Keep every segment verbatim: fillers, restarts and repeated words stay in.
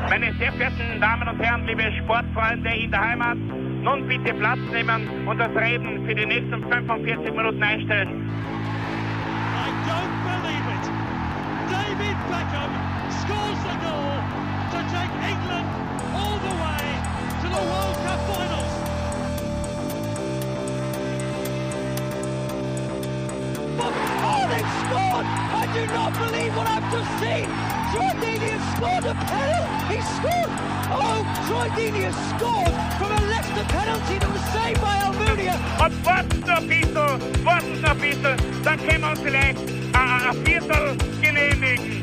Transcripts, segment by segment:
Meine sehr verehrten Damen und Herren, liebe Sportfreunde in der Heimat, nun bitte Platz nehmen und das Reden für die nächsten fünfundvierzig Minuten einstellen. I don't believe it. David Beckham scores the goal to take England all the way to the World Cup finals. Oh, they've scored! I do not believe what I've just seen! Troy Deeney has scored a penalty! He scored! Oh, Troy Deeney has scored from a Leicester penalty that was saved by Almunia! Und warten noch ein bisschen, warten noch ein bisschen, dann können wir uns vielleicht ein Viertel genehmigen.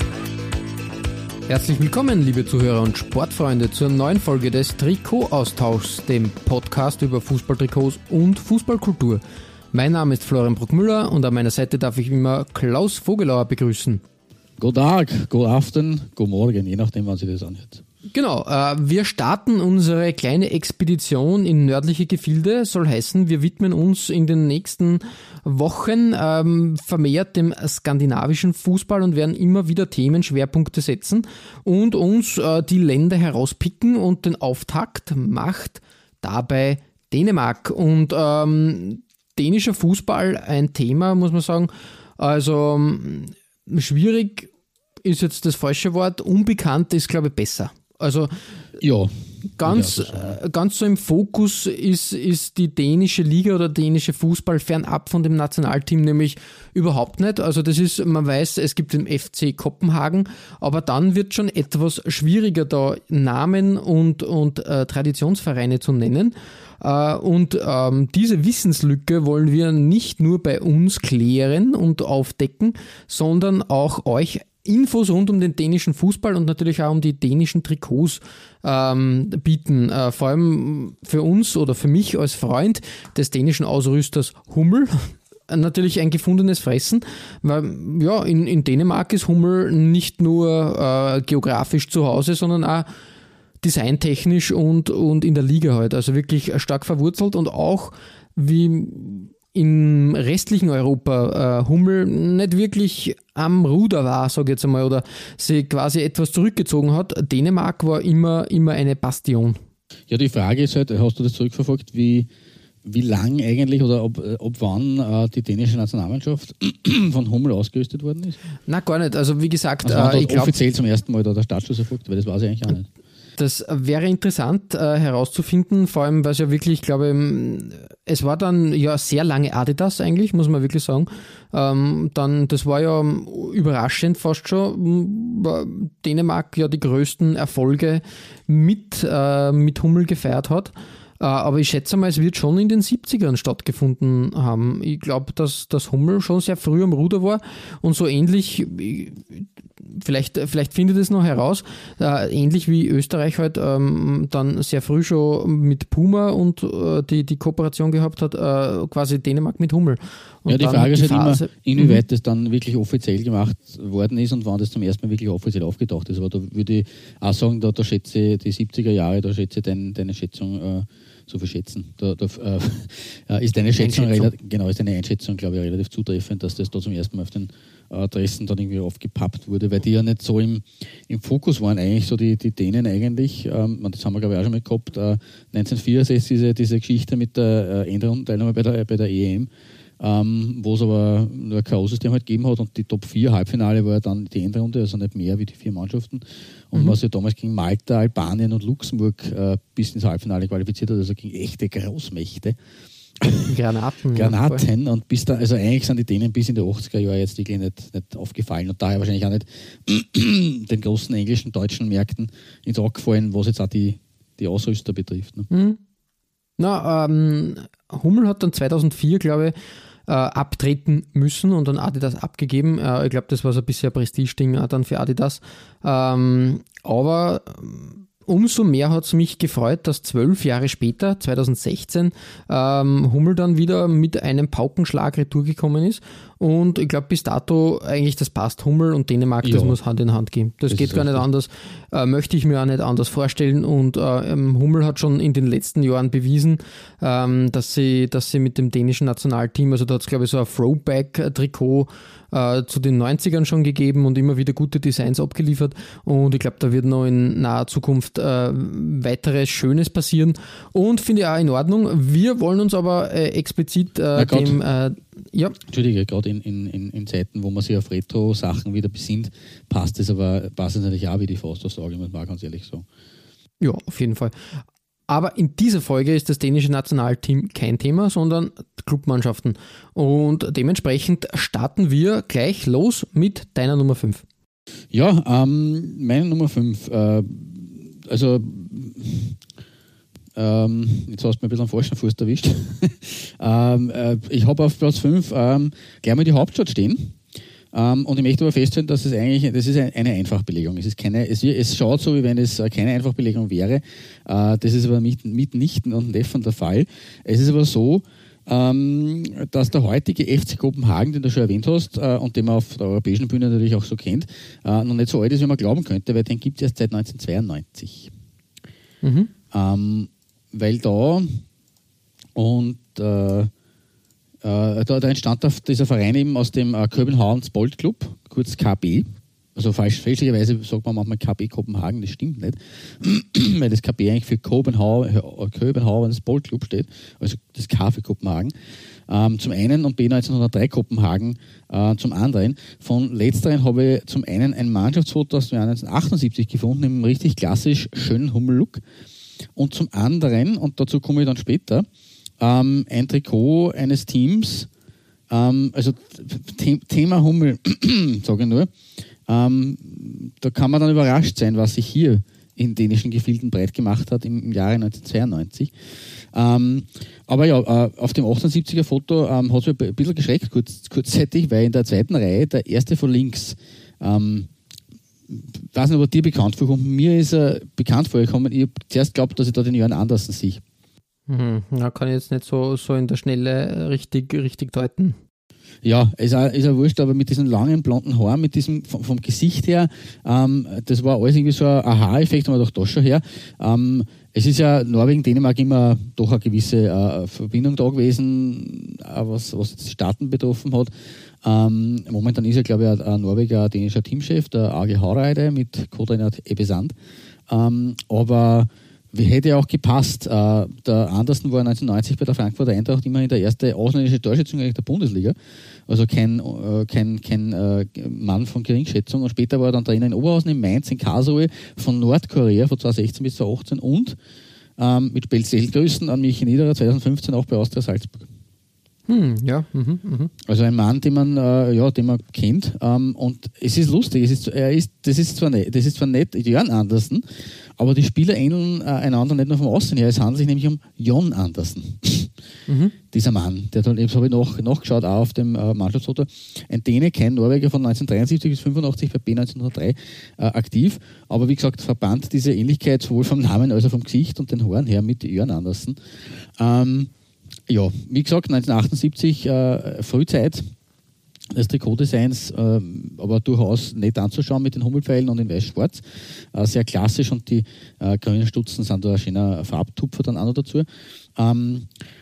Herzlich willkommen, liebe Zuhörer und Sportfreunde, zur neuen Folge des Trikot-Austauschs, dem Podcast über Fußballtrikots und Fußballkultur. Mein Name ist Florian Bruckmüller und an meiner Seite darf ich immer Klaus Vogelauer begrüßen. Guten Tag, guten Abend, guten Morgen, je nachdem, wann Sie das anhört. Genau, äh, wir starten unsere kleine Expedition in nördliche Gefilde, soll heißen, wir widmen uns in den nächsten Wochen ähm, vermehrt dem skandinavischen Fußball und werden immer wieder Themenschwerpunkte setzen und uns äh, die Länder herauspicken, und den Auftakt macht dabei Dänemark. Und ähm, dänischer Fußball, ein Thema, muss man sagen, also schwierig ist jetzt das falsche Wort, unbekannt ist, glaube ich, besser. Also ja, ganz, ja, ganz so im Fokus ist, ist die dänische Liga oder dänische Fußball fernab von dem Nationalteam nämlich überhaupt nicht. Also das ist, man weiß, es gibt den F C Kopenhagen, aber dann wird schon etwas schwieriger, da Namen und, und äh, Traditionsvereine zu nennen. Uh, und ähm, diese Wissenslücke wollen wir nicht nur bei uns klären und aufdecken, sondern auch euch Infos rund um den dänischen Fußball und natürlich auch um die dänischen Trikots ähm, bieten. Äh, vor allem für uns oder für mich als Freund des dänischen Ausrüsters Hummel. Natürlich ein gefundenes Fressen, weil ja, in, in Dänemark ist Hummel nicht nur äh, geografisch zu Hause, sondern auch designtechnisch und, und in der Liga halt, also wirklich stark verwurzelt, und auch wie im restlichen Europa äh, Hummel nicht wirklich am Ruder war, sage ich jetzt einmal, oder sie quasi etwas zurückgezogen hat. Dänemark war immer, immer eine Bastion. Ja, die Frage ist halt, hast du das zurückverfolgt, wie, wie lang eigentlich oder ob, ob wann äh, die dänische Nationalmannschaft von Hummel ausgerüstet worden ist? Na, gar nicht. Also wie gesagt, also, äh, ich glaube, offiziell zum ersten Mal da der Startschuss erfolgt, weil das weiß ich eigentlich auch nicht. Das wäre interessant äh, herauszufinden, vor allem, weil es ja wirklich, ich glaube, es war dann ja sehr lange Adidas eigentlich, muss man wirklich sagen. Ähm, dann, das war ja überraschend fast schon, war Dänemark ja die größten Erfolge mit, äh, mit Hummel gefeiert hat. Äh, aber ich schätze mal, es wird schon in den siebzigern stattgefunden haben. Ich glaube, dass das Hummel schon sehr früh am Ruder war und so ähnlich, Vielleicht, vielleicht findet es noch heraus, äh, ähnlich wie Österreich halt ähm, dann sehr früh schon mit Puma und äh, die, die Kooperation gehabt hat, äh, quasi Dänemark mit Hummel. Und ja, die Frage ist halt immer, inwieweit mhm. das dann wirklich offiziell gemacht worden ist und wann das zum ersten Mal wirklich offiziell aufgetaucht ist. Aber da würde ich auch sagen, da, da schätze ich die siebziger Jahre, da schätze ich dein, deine Schätzung äh, so viel schätzen. Da, da äh, ist deine Schätzung, Einschätzung. Relativ, genau, ist deine Einschätzung, glaube ich, relativ zutreffend, dass das da zum ersten Mal auf den Adressen dann irgendwie aufgepappt wurde, weil die ja nicht so im, im Fokus waren, eigentlich so die, die Dänen eigentlich, ähm, das haben wir glaube ich auch schon mal gehabt, äh, neunzehnhundertvierundsechzig diese, diese Geschichte mit der äh, Endrundenteilnahme bei der, bei der E M, ähm, wo es aber nur ein K O-System halt gegeben hat, und die Top vier Halbfinale war ja dann die Endrunde, also nicht mehr wie die vier Mannschaften, und mhm. was ja damals gegen Malta, Albanien und Luxemburg äh, bis ins Halbfinale qualifiziert hat, also gegen echte Großmächte. Granaten. Granaten, ja, und bis da, also eigentlich sind die Dänen bis in die achtziger Jahre jetzt wirklich nicht, nicht aufgefallen und daher wahrscheinlich auch nicht den großen englischen, deutschen Märkten ins Auge gefallen, was jetzt auch die, die Ausrüster betrifft. Ne? Mhm. Na, ähm, Hummel hat dann zweitausendvier, glaube ich, äh, abtreten müssen und dann Adidas abgegeben. Äh, ich glaube, das war so ein bisschen ein Prestige-Ding äh, dann für Adidas. Ähm, aber umso mehr hat es mich gefreut, dass zwölf Jahre später, zweitausendsechzehn, ähm, Hummel dann wieder mit einem Paukenschlag retour gekommen ist. Und ich glaube, bis dato eigentlich das passt. Hummel und Dänemark, ja, das muss Hand in Hand gehen. Das, das geht gar nicht anders. Äh, möchte ich mir auch nicht anders vorstellen. Und äh, Hummel hat schon in den letzten Jahren bewiesen, ähm, dass sie, dass sie mit dem dänischen Nationalteam, also da hat es glaube ich so ein Throwback-Trikot äh, zu den neunzigern schon gegeben und immer wieder gute Designs abgeliefert. Und ich glaube, da wird noch in naher Zukunft äh, weiteres Schönes passieren. Und finde ich auch in Ordnung. Wir wollen uns aber äh, explizit äh, dem... Äh, ja. Entschuldige, gerade in, in, in Zeiten, wo man sich auf Retro-Sachen wieder besinnt, passt es aber passt es natürlich auch wie die Faust-Aussage, muss man ganz ehrlich sagen. Ja, auf jeden Fall. Aber in dieser Folge ist das dänische Nationalteam kein Thema, sondern Clubmannschaften. Und dementsprechend starten wir gleich los mit deiner Nummer fünf. Ja, ähm, meine Nummer fünf. Äh, also, ähm, jetzt hast du mir ein bisschen am falschen Fuß erwischt. ähm, äh, ich habe auf Platz fünf ähm, gleich mal die Hauptstadt stehen. Um, und ich möchte aber feststellen, dass es eigentlich, das ist eine Einfachbelegung. Es ist keine, es, es schaut so, wie wenn es keine Einfachbelegung wäre. Uh, das ist aber mit, mitnichten und Neffen der Fall. Es ist aber so, um, dass der heutige F C Kopenhagen, den du schon erwähnt hast, uh, und den man auf der europäischen Bühne natürlich auch so kennt, uh, noch nicht so alt ist, wie man glauben könnte, weil den gibt es erst seit neunzehnhundertzweiundneunzig. Mhm. Um, weil da und uh, Uh, da, da entstand dieser Verein eben aus dem uh, Köbenhavns Bold Club, kurz K B. Also falsch, fälschlicherweise sagt man manchmal K B Kopenhagen, das stimmt nicht, weil das K B eigentlich für Köbenhavns Bold Club steht, also das K für Kopenhagen. Um, zum einen und B neunzehnhundertdrei Kopenhagen uh, zum anderen. Von letzteren habe ich zum einen ein Mannschaftsfoto aus dem Jahr neunzehnhundertachtundsiebzig gefunden, im richtig klassisch schönen Hummel-Look. Und zum anderen, und dazu komme ich dann später, Ähm, ein Trikot eines Teams, ähm, also The- Thema Hummel, sage ich nur, ähm, da kann man dann überrascht sein, was sich hier in dänischen Gefilden breit gemacht hat im, im Jahre neunzehnhundertzweiundneunzig. Ähm, aber ja, äh, auf dem achtundsiebziger Foto ähm, hat es mich ein bisschen geschreckt, kurz, kurzzeitig, weil in der zweiten Reihe der erste von links, ähm, ich weiß nicht, ob er dir bekannt vorkommt, mir ist er bekannt vorgekommen, ich habe zuerst geglaubt, dass ich da den Jörn Andersen sehe. Mhm. Ja, kann ich jetzt nicht so, so in der Schnelle richtig, richtig deuten. Ja, ist auch, ist auch wurscht, aber mit diesen langen blonden Haaren, mit diesem vom, vom Gesicht her, ähm, das war alles irgendwie so ein Aha-Effekt, haben wir doch da schon her. Ähm, es ist ja Norwegen, Dänemark immer doch eine gewisse äh, Verbindung da gewesen, äh, was, was jetzt die Staaten betroffen hat. Ähm, momentan ist ja, glaube ich, ein, ein Norweger, ein dänischer Teamchef, der A G Hareide mit Co-Trainer Ebbe Sand. Ähm, aber wie hätte ja auch gepasst. Äh, der Andersen war neunzehnhundertneunzig bei der Frankfurter Eintracht immerhin der erste ausländische Torschütze der Bundesliga. Also kein, äh, kein, kein äh, Mann von Geringschätzung. Und später war er dann Trainer in Oberhausen, in Mainz, in Karlsruhe, von Nordkorea von zweitausendsechzehn bis zweitausendachtzehn und ähm, mit Spezialgrüßen an Michi Niederer zweitausendfünfzehn auch bei Austria Salzburg. Hm, ja. Mhm, mh. Also ein Mann, den man, äh, ja, den man kennt. Ähm, und es ist lustig, es ist, er ist, das ist zwar nett, das ist zwar nett, Jörn Andersen, aber die Spieler ähneln äh, einander nicht nur vom Aussehen her. Es handelt sich nämlich um Jon Andersen. Mhm. Dieser Mann, der dann, das habe ich nach, nachgeschaut, auch auf dem äh, Mannschaftsfoto. Ein Däne, kein Norweger, von neunzehnhundertdreiundsiebzig bis fünfundachtzig bei B neunzehnhundertdrei äh, aktiv. Aber wie gesagt, verband diese Ähnlichkeit sowohl vom Namen als auch vom Gesicht und den Haaren her mit Jörn Andersen. Ähm, ja, wie gesagt, neunzehnhundertachtundsiebzig äh, Frühzeit des Trikotdesigns, äh, aber durchaus nett anzuschauen mit den Hummelpfeilen und in weiß-schwarz. Äh, sehr klassisch und die äh, grünen Stutzen sind da ein schöner Farbtupfer dann auch noch dazu. Ähm,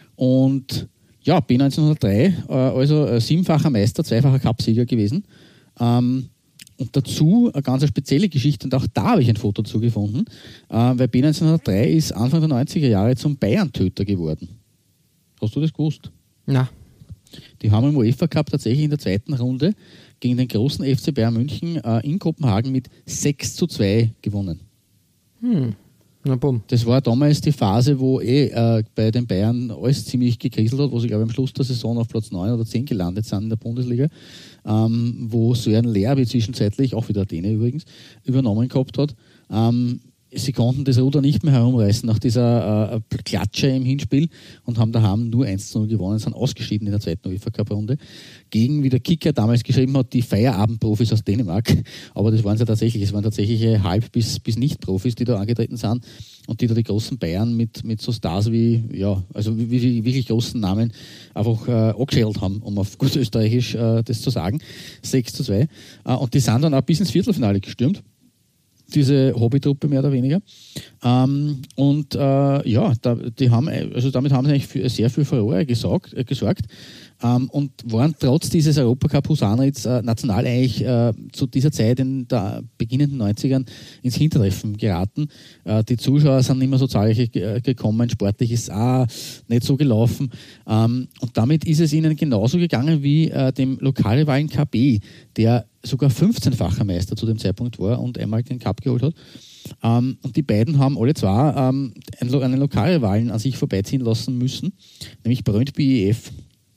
und ja, B neunzehnhundertdrei, äh, also äh, siebenfacher Meister, zweifacher Cupsieger gewesen. Ähm, und dazu eine ganz spezielle Geschichte, und auch da habe ich ein Foto dazu gefunden, äh, weil B neunzehnhundertdrei ist Anfang der neunziger Jahre zum Bayern-Töter geworden. Hast du das gewusst? Na. Die haben im UEFA Cup tatsächlich in der zweiten Runde gegen den großen F C Bayern München äh, in Kopenhagen mit sechs zu zwei gewonnen. Hm. Na, bumm. Das war damals die Phase, wo eh äh, bei den Bayern alles ziemlich gekriselt hat, wo sie, glaube ich, am Schluss der Saison auf Platz neun oder zehn gelandet sind in der Bundesliga, ähm, wo Sören Lerby zwischenzeitlich, auch wieder Däne übrigens, übernommen gehabt hat. Ähm, Sie konnten das Ruder nicht mehr herumreißen nach dieser äh, Klatsche im Hinspiel und haben daheim nur eins zu null gewonnen, sind ausgeschieden in der zweiten UEFA Cup Runde. Gegen, wie der Kicker damals geschrieben hat, die Feierabendprofis aus Dänemark. Aber das waren sie tatsächlich. Es waren tatsächliche Halb- bis, bis Nicht-Profis, die da angetreten sind und die da die großen Bayern mit, mit so Stars wie, ja, also wie, wie wirklich großen Namen einfach äh, angeschält haben, um auf gut österreichisch äh, das zu sagen. sechs zu zwei. Äh, und die sind dann auch bis ins Viertelfinale gestürmt. Diese Hobbytruppe mehr oder weniger. Ähm, und äh, ja, da, die haben, also damit haben sie eigentlich für sehr viel Furore gesorgt. Äh, gesorgt. ähm, und waren trotz dieses Europacup-Husanrits äh, national eigentlich äh, zu dieser Zeit in der beginnenden neunzigern ins Hintertreffen geraten. Äh, die Zuschauer sind nicht mehr so zahlreich ge- gekommen, sportlich ist auch nicht so gelaufen. Ähm, und damit ist es ihnen genauso gegangen wie äh, dem Lokalrivalen K B, der sogar fünfzehnfacher Meister zu dem Zeitpunkt war und einmal den Cup geholt hat. Ähm, und die beiden haben alle zwei ähm, einen, einen Lokalrivalen an sich vorbeiziehen lassen müssen, nämlich Brøndby E F.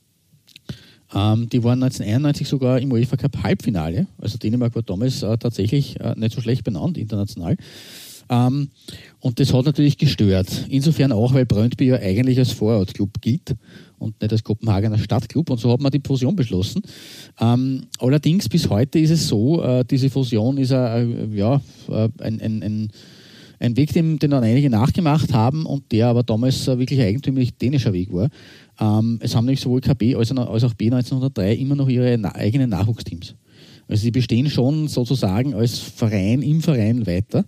Ähm, die waren neunzehnhunderteinundneunzig sogar im UEFA Cup Halbfinale. Also Dänemark war damals äh, tatsächlich äh, nicht so schlecht benannt international. Ähm, und das hat natürlich gestört. Insofern auch, weil Brøndby ja eigentlich als Vorortclub gilt und nicht als Kopenhagener Stadtclub. Und so hat man die Fusion beschlossen. Ähm, allerdings bis heute ist es so, äh, diese Fusion ist äh, ja, äh, ein, ein, ein, ein Weg, den, den dann einige nachgemacht haben und der aber damals äh, wirklich eigentümlich dänischer Weg war. Ähm, es haben nämlich sowohl K B als, als auch B neunzehnhundertdrei immer noch ihre na- eigenen Nachwuchsteams. Also sie bestehen schon sozusagen als Verein im Verein weiter.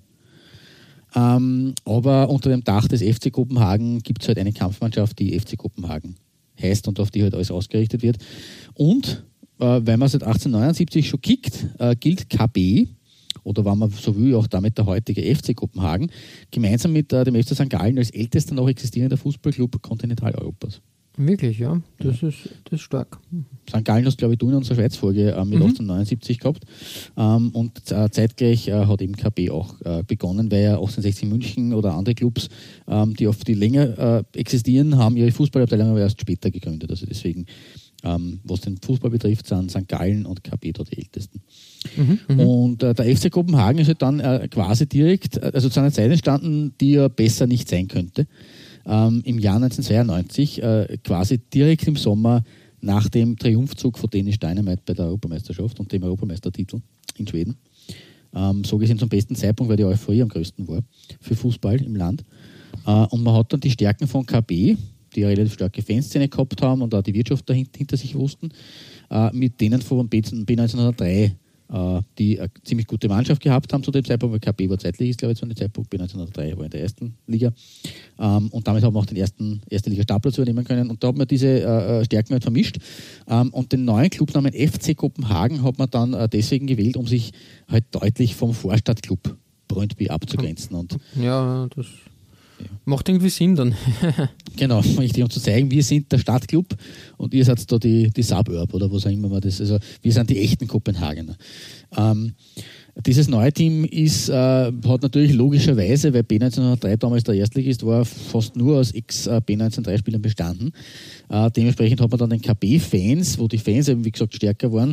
Ähm, aber unter dem Dach des F C Kopenhagen gibt es halt eine Kampfmannschaft, die F C Kopenhagen heißt und auf die halt alles ausgerichtet wird. Und äh, weil man seit achtzehnhundertneunundsiebzig schon kickt, äh, gilt K B, oder wenn man so will, auch damit der heutige F C Kopenhagen, gemeinsam mit äh, dem F C Sankt Gallen als ältester noch existierender Fußballclub Kontinentaleuropas. Wirklich, ja. Das, ja. Ist, das ist stark. Sankt Gallen hast, glaube ich, du in unserer Schweiz-Folge äh, mit mhm. achtzehnhundertneunundsiebzig gehabt. Ähm, und äh, zeitgleich äh, hat eben K B auch äh, begonnen, weil ja achtzehnhundertsechzig München oder andere Clubs, ähm, die auf die länger äh, existieren, haben ihre Fußballabteilung aber erst später gegründet. Also deswegen, ähm, was den Fußball betrifft, sind Sankt Gallen und K B dort die ältesten. Mhm, und äh, der F C Kopenhagen ist halt dann äh, quasi direkt, also zu einer Zeit entstanden, die ja besser nicht sein könnte. Ähm, im Jahr neunzehnhundertzweiundneunzig, äh, quasi direkt im Sommer nach dem Triumphzug von Danish Dynamite bei der Europameisterschaft und dem Europameistertitel in Schweden. Ähm, so gesehen zum besten Zeitpunkt, weil die Euphorie am größten war für Fußball im Land. Äh, und man hat dann die Stärken von K B, die eine relativ starke Fanszene gehabt haben und auch die Wirtschaft dahinter hinter sich wussten, äh, mit denen von B neunzehnhundertdrei, äh, die eine ziemlich gute Mannschaft gehabt haben zu dem Zeitpunkt, weil K B war zeitlich, ist glaube ich zu dem Zeitpunkt, B neunzehnhundertdrei war in der ersten Liga. Ähm, und damit haben wir auch den ersten erste Liga Startplatz übernehmen können. Und da hat man diese äh, Stärken halt vermischt. Ähm, und den neuen Clubnamen F C Kopenhagen hat man dann äh, deswegen gewählt, um sich halt deutlich vom Vorstadtclub Brøndby abzugrenzen. Und ja, das ja. macht irgendwie Sinn dann. Genau, richtig, um zu zeigen, wir sind der Stadtclub und ihr seid da die, die Suburb oder was auch immer man das, also wir sind die echten Kopenhagener. Ähm, Dieses neue Team ist, äh, hat natürlich logischerweise, weil B neunzehnhundertdrei damals der Erstligist war, fast nur aus Ex-B neunzehnhundertdrei-Spielern bestanden. Äh, dementsprechend hat man dann den K B-Fans, wo die Fans eben, wie gesagt, stärker waren,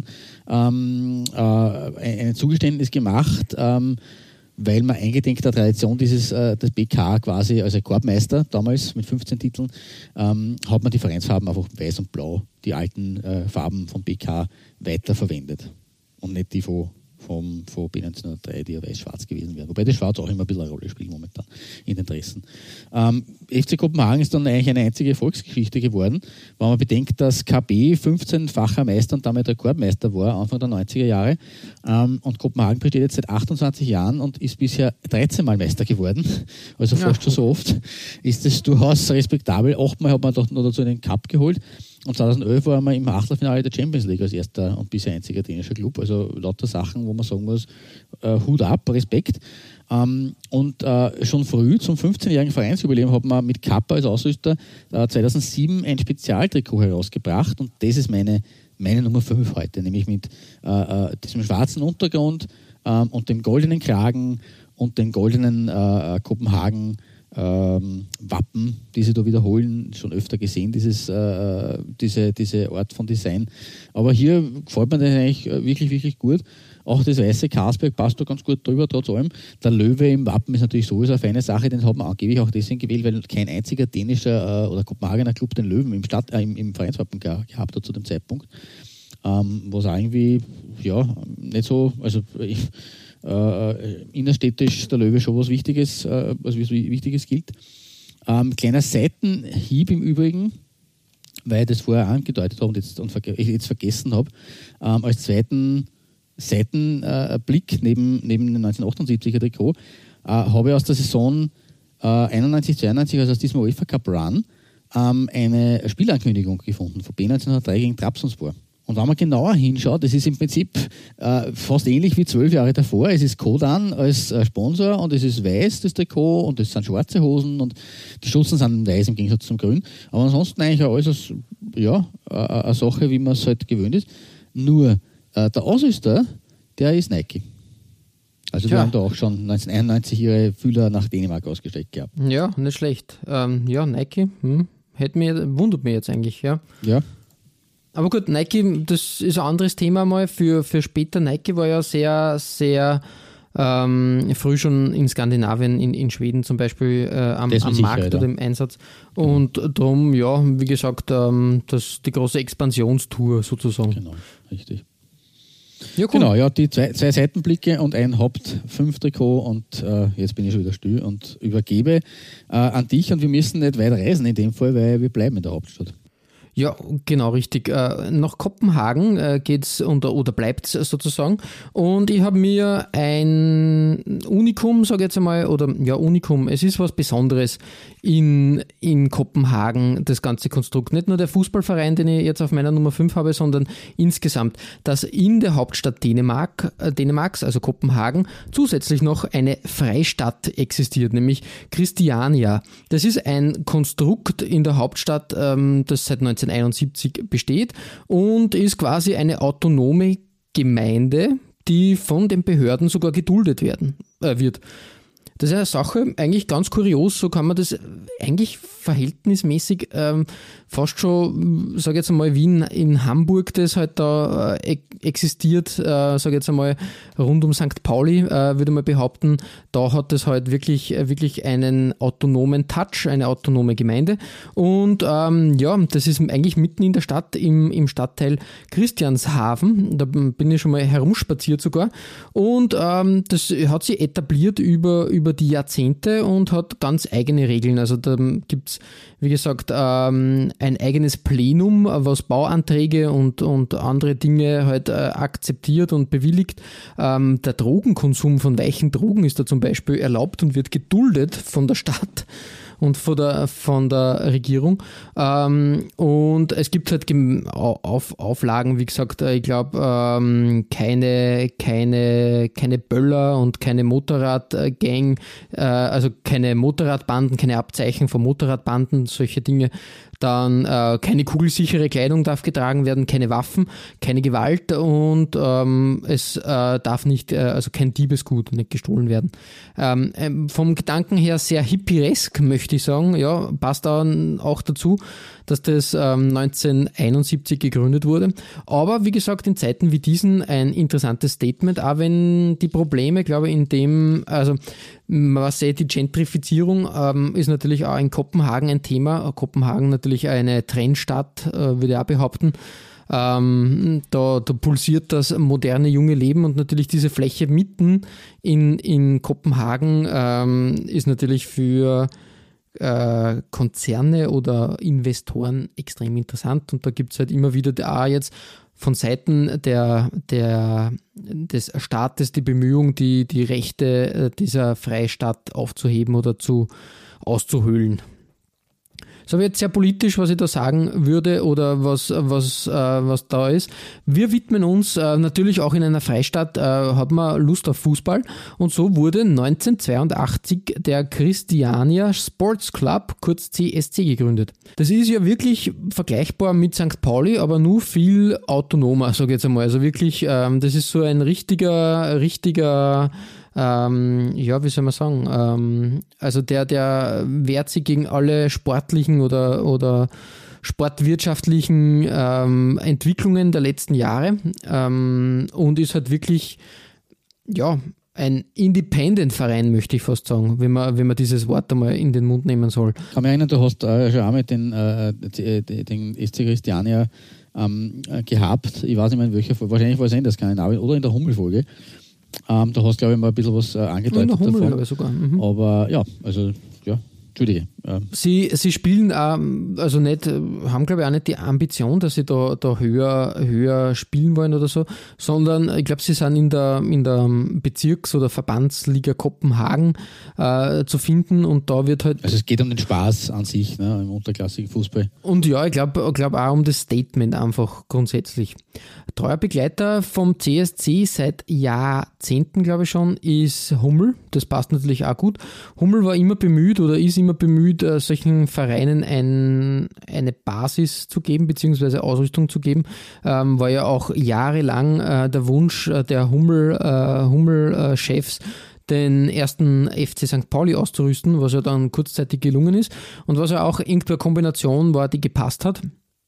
ähm, äh, ein Zugeständnis gemacht, ähm, weil man eingedenk der Tradition dieses äh, des B K quasi als Rekordmeister damals mit fünfzehn Titeln, ähm, hat man die Vereinsfarben einfach weiß und blau, die alten äh, Farben vom B K, weiterverwendet und nicht die von Vom, von B neunzehnhundertdrei, die ja weiß-schwarz gewesen wären. Wobei das Schwarz auch immer ein bisschen eine Rolle spielt momentan in den Dressen. Ähm, F C Kopenhagen ist dann eigentlich eine einzige Erfolgsgeschichte geworden, wenn man bedenkt, dass K B fünfzehnfacher Meister und damit Rekordmeister war, Anfang der neunziger Jahre. Ähm, und Kopenhagen besteht jetzt seit achtundzwanzig Jahren und ist bisher dreizehn Mal Meister geworden. Also fast ja. schon so oft. Ist das durchaus respektabel. Achtmal hat man doch noch dazu einen Cup geholt. Und zweitausendelf war man im Achtelfinale der Champions League als erster und bisher einziger dänischer Club. Also lauter Sachen, wo man sagen muss, äh, Hut ab, Respekt. Ähm, und äh, schon früh zum fünfzehnjährigen Vereinsjubiläum hat man mit Kappa als Ausrüster äh, zweitausendsieben ein Spezialtrikot herausgebracht. Und das ist meine, meine Nummer fünf heute, nämlich mit äh, äh, diesem schwarzen Untergrund äh, und dem goldenen Kragen und den goldenen äh, Kopenhagen Ähm, Wappen, die sie da wiederholen, schon öfter gesehen, dieses, äh, diese, diese Art von Design. Aber hier gefällt mir das eigentlich wirklich, wirklich gut. Auch das weiße Carlsberg passt da ganz gut drüber, trotz allem. Der Löwe im Wappen ist natürlich sowieso eine feine Sache, den hat man angeblich auch deswegen gewählt, weil kein einziger dänischer äh, oder Kopenhagener Club den Löwen im, Stadt, äh, im, im Vereinswappen ge- gehabt hat zu dem Zeitpunkt. Ähm, was auch irgendwie, ja, nicht so, also ich, Äh, innerstädtisch der Löwe schon was Wichtiges, äh, was Wichtiges gilt. Ähm, kleiner Seitenhieb im Übrigen, weil ich das vorher angedeutet habe und jetzt, und verge- ich jetzt vergessen habe, ähm, als zweiten Seitenblick äh, neben, neben dem neunzehnhundertachtundsiebziger Trikot äh, habe ich aus der Saison äh, einundneunzig zweiundneunzig, also aus diesem UEFA Cup Run, ähm, eine Spielankündigung gefunden von B neunzehnhundertdrei gegen Trabzonspor. Und wenn man genauer hinschaut, das ist im Prinzip äh, fast ähnlich wie zwölf Jahre davor. Es ist Kodan als äh, Sponsor und es ist weiß, das Trikot, und es sind schwarze Hosen und die Stutzen sind weiß im Gegensatz zum Grün. Aber ansonsten eigentlich auch alles als, ja, äh, eine Sache, wie man es halt gewöhnt ist. Nur äh, der Ausrüster, der ist Nike. Also wir ja. haben da auch schon neunzehnhunderteinundneunzig ihre Fühler nach Dänemark ausgestreckt gehabt. Ja, nicht schlecht. Ähm, ja, Nike, hm, hätte mir, wundert mich jetzt eigentlich, ja. Ja. Aber gut, Nike, das ist ein anderes Thema mal für, für später. Nike war ja sehr, sehr ähm, früh schon in Skandinavien, in, in Schweden zum Beispiel äh, am, am Markt oder im Einsatz. Und mhm. darum, ja, wie gesagt, ähm, das, die große Expansionstour sozusagen. Genau, richtig. Ja, cool. Genau, ja, die zwei, zwei Seitenblicke und ein Haupt-fünf-Trikot und äh, jetzt bin ich schon wieder still und übergebe äh, an dich, und wir müssen nicht weit reisen in dem Fall, weil wir bleiben in der Hauptstadt. Ja, genau, richtig. Äh, nach Kopenhagen äh, geht's oder, oder bleibt's sozusagen. Und ich habe mir ein Unikum, sage ich jetzt einmal, oder ja, Unikum, es ist was Besonderes in, in Kopenhagen, das ganze Konstrukt. Nicht nur der Fußballverein, den ich jetzt auf meiner Nummer fünf habe, sondern insgesamt, dass in der Hauptstadt Dänemark, äh, Dänemarks, also Kopenhagen, zusätzlich noch eine Freistadt existiert, nämlich Christiania. Das ist ein Konstrukt in der Hauptstadt, ähm, das seit neunzehnhunderteinundsiebzig besteht und ist quasi eine autonome Gemeinde, die von den Behörden sogar geduldet werden, äh, wird. Das ist eine Sache, eigentlich ganz kurios, so kann man das eigentlich verhältnismäßig ähm, fast schon, sage ich jetzt einmal, wie in, in Hamburg, das halt da äh, existiert, äh, sage ich jetzt einmal, rund um Sankt Pauli, äh, würde man behaupten, da hat das halt wirklich, wirklich einen autonomen Touch, eine autonome Gemeinde. Und ähm, ja, das ist eigentlich mitten in der Stadt, im, im Stadtteil Christianshafen, da bin ich schon mal herumspaziert sogar. Und ähm, das hat sich etabliert über, über die Jahrzehnte und hat ganz eigene Regeln. Also da gibt es, wie gesagt, ähm, ein eigenes Plenum, was Bauanträge und, und andere Dinge halt äh, akzeptiert und bewilligt. Ähm, der Drogenkonsum von weichen Drogen ist da zum Beispiel erlaubt und wird geduldet von der Stadt und von der, von der Regierung. Ähm, und es gibt halt auf, Auflagen, wie gesagt, ich glaube, ähm, keine, keine, keine Böller und keine Motorradgang, äh, also keine Motorradbanden, keine Abzeichen von Motorradbanden, solche Dinge. Dann äh, keine kugelsichere Kleidung darf getragen werden, keine Waffen, keine Gewalt und ähm, es äh, darf nicht, äh, also kein Diebesgut nicht gestohlen werden. Ähm, ähm, vom Gedanken her sehr hippieresk, möchte ich sagen. Ja, passt dann auch dazu, dass das ähm, neunzehnhunderteinundsiebzig gegründet wurde. Aber wie gesagt, in Zeiten wie diesen ein interessantes Statement, auch wenn die Probleme, glaube ich, in dem, also was sehe, die Gentrifizierung ähm, ist natürlich auch in Kopenhagen ein Thema. Kopenhagen natürlich eine Trendstadt, äh, würde ich auch behaupten. Ähm, da, da pulsiert das moderne junge Leben und natürlich diese Fläche mitten in, in Kopenhagen ähm, ist natürlich für äh, Konzerne oder Investoren extrem interessant und da gibt es halt immer wieder da jetzt von Seiten der, der, des Staates die Bemühung, die, die Rechte dieser Freistadt aufzuheben oder zu, auszuhöhlen. Das habe ich jetzt sehr politisch, was ich da sagen würde oder was, was, äh, was da ist. Wir widmen uns äh, natürlich auch in einer Freistadt, äh, hat man Lust auf Fußball und so wurde neunzehnhundertzweiundachtzig der Christiania Sports Club, kurz C S C, gegründet. Das ist ja wirklich vergleichbar mit Sankt Pauli, aber nur viel autonomer, sage ich jetzt einmal. Also wirklich, ähm, das ist so ein richtiger, richtiger Ähm, ja, wie soll man sagen, ähm, also der, der wehrt sich gegen alle sportlichen oder, oder sportwirtschaftlichen ähm, Entwicklungen der letzten Jahre ähm, und ist halt wirklich, ja, ein Independent-Verein, möchte ich fast sagen, wenn man, wenn man dieses Wort einmal in den Mund nehmen soll. Ich kann mich erinnern, du hast äh, schon einmal den, äh, den S C Christiania ähm, gehabt, ich weiß nicht mehr in welcher Folge, wahrscheinlich war es in der Skandinavien oder in der Hummel-Folge. Ähm, da hast du, glaube ich, mal ein bisschen was äh, angedeutet in der Hummel, davon. glaube ich sogar. Mhm. Aber ja, also, ja, Entschuldige. Ähm. Sie, sie spielen auch, also nicht, haben glaube ich auch nicht die Ambition, dass sie da, da höher, höher spielen wollen oder so, sondern ich glaube, sie sind in der, in der Bezirks- oder Verbandsliga Kopenhagen äh, zu finden und da wird halt... Also es geht um den Spaß an sich, ne, im unterklassigen Fußball. Und ja, ich glaube glaub auch um das Statement einfach grundsätzlich. Treuer Begleiter vom C S C seit Jahrzehnten, glaube ich schon, ist Hummel. Das passt natürlich auch gut. Hummel war immer bemüht oder ist immer bemüht, äh, solchen Vereinen ein, eine Basis zu geben, beziehungsweise Ausrüstung zu geben. Ähm, war ja auch jahrelang äh, der Wunsch äh, der Hummel, äh, Hummel-Chefs, den ersten F C Sankt Pauli auszurüsten, was ja dann kurzzeitig gelungen ist und was ja auch irgendeine Kombination war, die gepasst hat.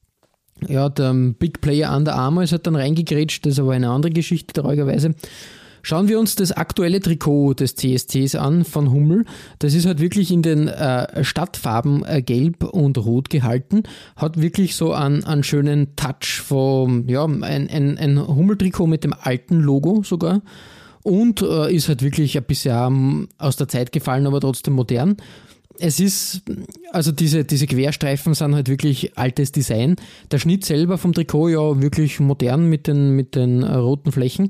Ja, der Big Player Under Armour ist halt dann reingegrätscht, das ist aber eine andere Geschichte, traurigerweise. Schauen wir uns das aktuelle Trikot des C S Cs an von Hummel. Das ist halt wirklich in den äh, Stadtfarben äh, gelb und rot gehalten. Hat wirklich so einen, einen schönen Touch von, ja, ein, ein, ein Hummel-Trikot mit dem alten Logo sogar. Und äh, ist halt wirklich ein bisschen ähm, aus der Zeit gefallen, aber trotzdem modern. Es ist, also diese, diese Querstreifen sind halt wirklich altes Design. Der Schnitt selber vom Trikot ja wirklich modern mit den, mit den äh, roten Flächen.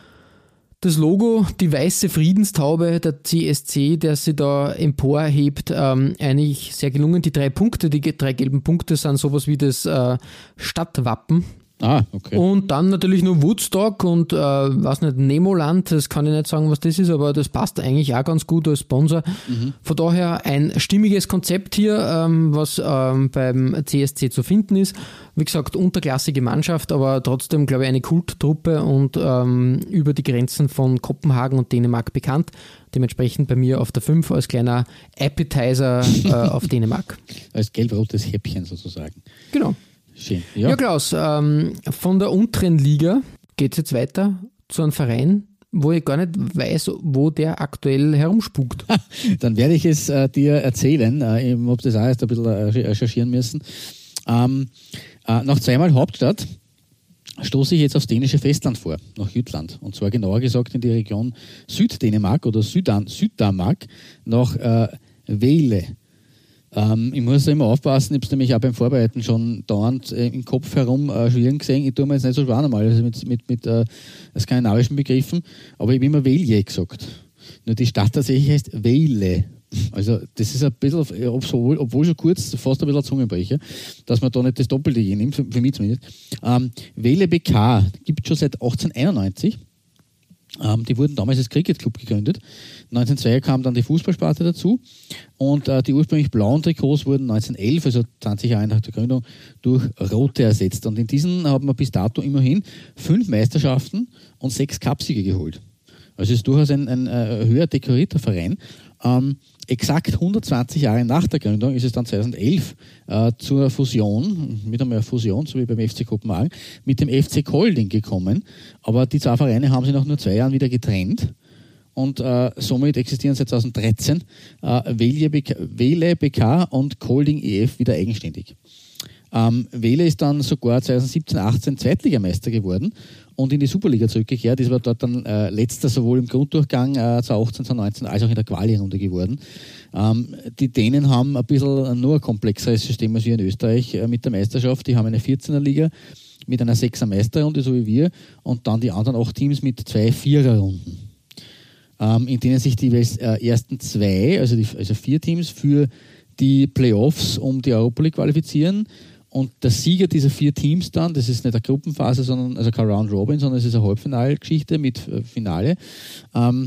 Das Logo, die weiße Friedenstaube, der C S C, der sie da emporhebt, ähm, eigentlich sehr gelungen. Die drei Punkte, die drei gelben Punkte sind sowas wie das äh, Stadtwappen. Ah, okay. Und dann natürlich nur Woodstock und, äh, weiß nicht, Nemoland, das kann ich nicht sagen, was das ist, aber das passt eigentlich auch ganz gut als Sponsor. Mhm. Von daher ein stimmiges Konzept hier, ähm, was ähm, beim C S C zu finden ist. Wie gesagt, unterklassige Mannschaft, aber trotzdem, glaube ich, eine Kulttruppe und ähm, über die Grenzen von Kopenhagen und Dänemark bekannt. Dementsprechend bei mir auf der fünf als kleiner Appetizer äh, auf Dänemark. Als gelb-rotes Häppchen sozusagen. Genau. Schön. Ja, ja Klaus, ähm, von der unteren Liga geht es jetzt weiter zu einem Verein, wo ich gar nicht weiß, wo der aktuell herumspukt. Dann werde ich es äh, dir erzählen. Äh, ich habe das auch erst ein bisschen äh, recherchieren müssen. Ähm, äh, nach zweimal Hauptstadt stoße ich jetzt aufs dänische Festland vor, nach Jütland. Und zwar genauer gesagt in die Region Süddänemark oder Südan, Süddamark, nach äh, Vejle. Ähm, ich muss immer aufpassen, ich habe es nämlich auch beim Vorbereiten schon dauernd äh, im Kopf herum äh, schwirren gesehen. Ich tue mir jetzt nicht so schwer normal, also mit, mit, mit äh, skandinavischen Begriffen, aber ich habe immer Vejle gesagt. Nur die Stadt tatsächlich heißt Vejle. Also das ist ein bisschen, obwohl, obwohl schon kurz, fast ein bisschen ein Zungenbrecher, dass man da nicht das Doppelte je nimmt, für, für mich zumindest. Ähm, Vejle B K gibt es schon seit achtzehnhunderteinundneunzig. Ähm, die wurden damals als Cricket-Club gegründet. neunzehnhundertzwei kam dann die Fußballsparte dazu und äh, die ursprünglich blauen Trikots wurden neunzehnhundertelf, also zwanzig Jahre nach der Gründung, durch rote ersetzt. Und in diesen haben wir bis dato immerhin fünf Meisterschaften und sechs Cupsiege geholt. Also es ist durchaus ein, ein, ein höher dekorierter Verein. Ähm, exakt hundertzwanzig Jahre nach der Gründung ist es dann zweitausendelf äh, zur Fusion, mit einmal Fusion, so wie beim F C Kopenhagen, mit dem F C Kolding gekommen. Aber die zwei Vereine haben sich nach nur zwei Jahren wieder getrennt und äh, somit existieren seit zweitausenddreizehn äh, Vejle B K und Kolding E F wieder eigenständig. Ähm, Vejle ist dann sogar zweitausendsiebzehn achtzehn Zweitligameister geworden und in die Superliga zurückgekehrt. Das war dort dann äh, letzter sowohl im Grunddurchgang äh, zweitausendachtzehn, zweitausendneunzehn als auch in der Quali-Runde geworden. Ähm, die Dänen haben ein bisschen nur ein komplexeres System als wir in Österreich äh, mit der Meisterschaft. Die haben eine vierzehner Liga mit einer sechser Meisterrunde, so wie wir, und dann die anderen acht Teams mit zwei Viererrunden, ähm, in denen sich die äh, ersten zwei, also, die, also vier Teams für die Playoffs um die Europa League qualifizieren. Und der Sieger dieser vier Teams dann, das ist nicht eine Gruppenphase, sondern also kein Round Robin, sondern es ist eine Halbfinalgeschichte mit äh, Finale. Ähm,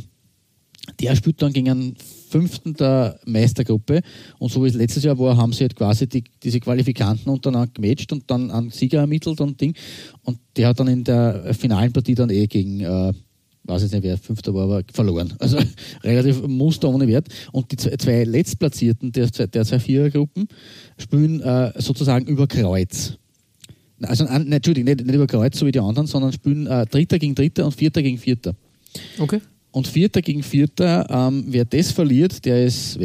der spielt dann gegen einen Fünften der Meistergruppe. Und so wie es letztes Jahr war, haben sie halt quasi die, diese Qualifikanten untereinander gematcht und dann einen Sieger ermittelt und Ding. Und der hat dann in der finalen Partie dann eh gegen, äh, weiß jetzt nicht wer Fünfter war, aber verloren. Also relativ Muster ohne Wert. Und die zwei, zwei Letztplatzierten der, der zwei Vierergruppen spielen äh, sozusagen über Kreuz. Also, nein, Entschuldigung, nicht, nicht über Kreuz, so wie die anderen, sondern spielen äh, Dritter gegen Dritter und Vierter gegen Vierter. Okay. Und Vierter gegen Vierter, ähm, wer das verliert, der ist weg.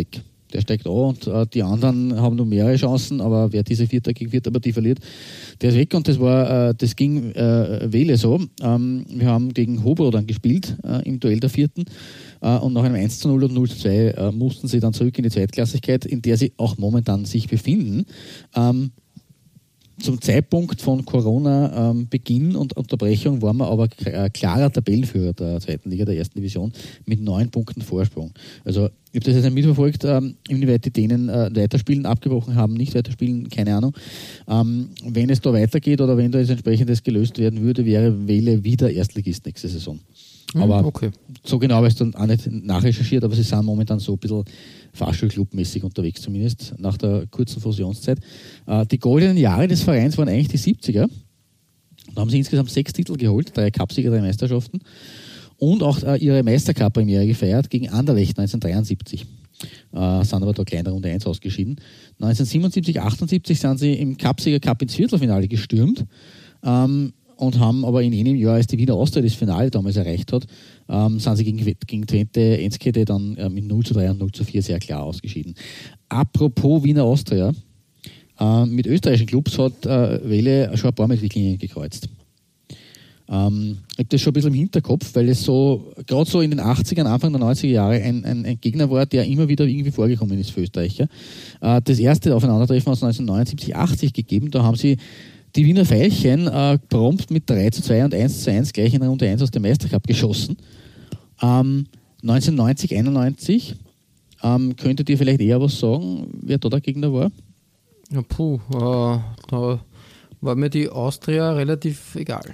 Der steigt an und äh, die anderen haben noch mehrere Chancen, aber wer diese Vierter gegen Vierter Partie verliert, der ist weg und das war, äh, das ging äh, Wele so. Ähm, wir haben gegen Hobro dann gespielt äh, im Duell der Vierten äh, und nach einem eins zu null und null zu zwei äh, mussten sie dann zurück in die Zweitklassigkeit, in der sie auch momentan sich befinden. Ähm, Zum Zeitpunkt von Corona-Beginn ähm, und Unterbrechung waren wir aber k- klarer Tabellenführer der zweiten Liga, der ersten Division, mit neun Punkten Vorsprung. Also ich habe das jetzt mitverfolgt, ähm, inwieweit die Dänen äh, weiterspielen, abgebrochen haben, nicht weiterspielen, keine Ahnung. Ähm, wenn es da weitergeht oder wenn da jetzt entsprechendes gelöst werden würde, wäre Wele wieder Erstligist nächste Saison. Aber okay. So genau habe ich es dann auch nicht nachrecherchiert, aber sie sind momentan so ein bisschen Fahrstuhlclub-mäßig unterwegs, zumindest nach der kurzen Fusionszeit. Äh, die goldenen Jahre des Vereins waren eigentlich die siebziger. Da haben sie insgesamt sechs Titel geholt, drei Cupsieger, drei Meisterschaften und auch äh, ihre Meistercup-Premiere gefeiert gegen Anderlecht neunzehnhundertdreiundsiebzig. Äh, sind aber da kleiner Runde eins ausgeschieden. neunzehnhundertsiebenundsiebzig, achtundsiebzig sind sie im Cupsieger-Cup ins Viertelfinale gestürmt. Ähm, und haben aber in jenem Jahr, als die Wiener Austria das Finale damals erreicht hat, ähm, sind sie gegen, gegen Twente Enskede dann äh, mit null zu drei und null zu vier sehr klar ausgeschieden. Apropos Wiener Austria, äh, mit österreichischen Clubs hat äh, Wele schon ein paar Mal die Linien gekreuzt. Ähm, ich habe das schon ein bisschen im Hinterkopf, weil es so, gerade so in den achtzigern, Anfang der neunziger Jahre ein, ein, ein Gegner war, der immer wieder irgendwie vorgekommen ist für Österreicher. Äh, das erste Aufeinandertreffen aus neunzehnhundertneunundsiebzig achtzig gegeben, da haben sie die Wiener Veilchen äh, prompt mit drei zu zwei und eins zu eins gleich in Runde eins aus dem Meistercup geschossen. Ähm, neunzehnhundertneunzig einundneunzig ähm, könntet ihr vielleicht eher was sagen, wer da der Gegner war? Ja, puh, äh, da war mir die Austria relativ egal.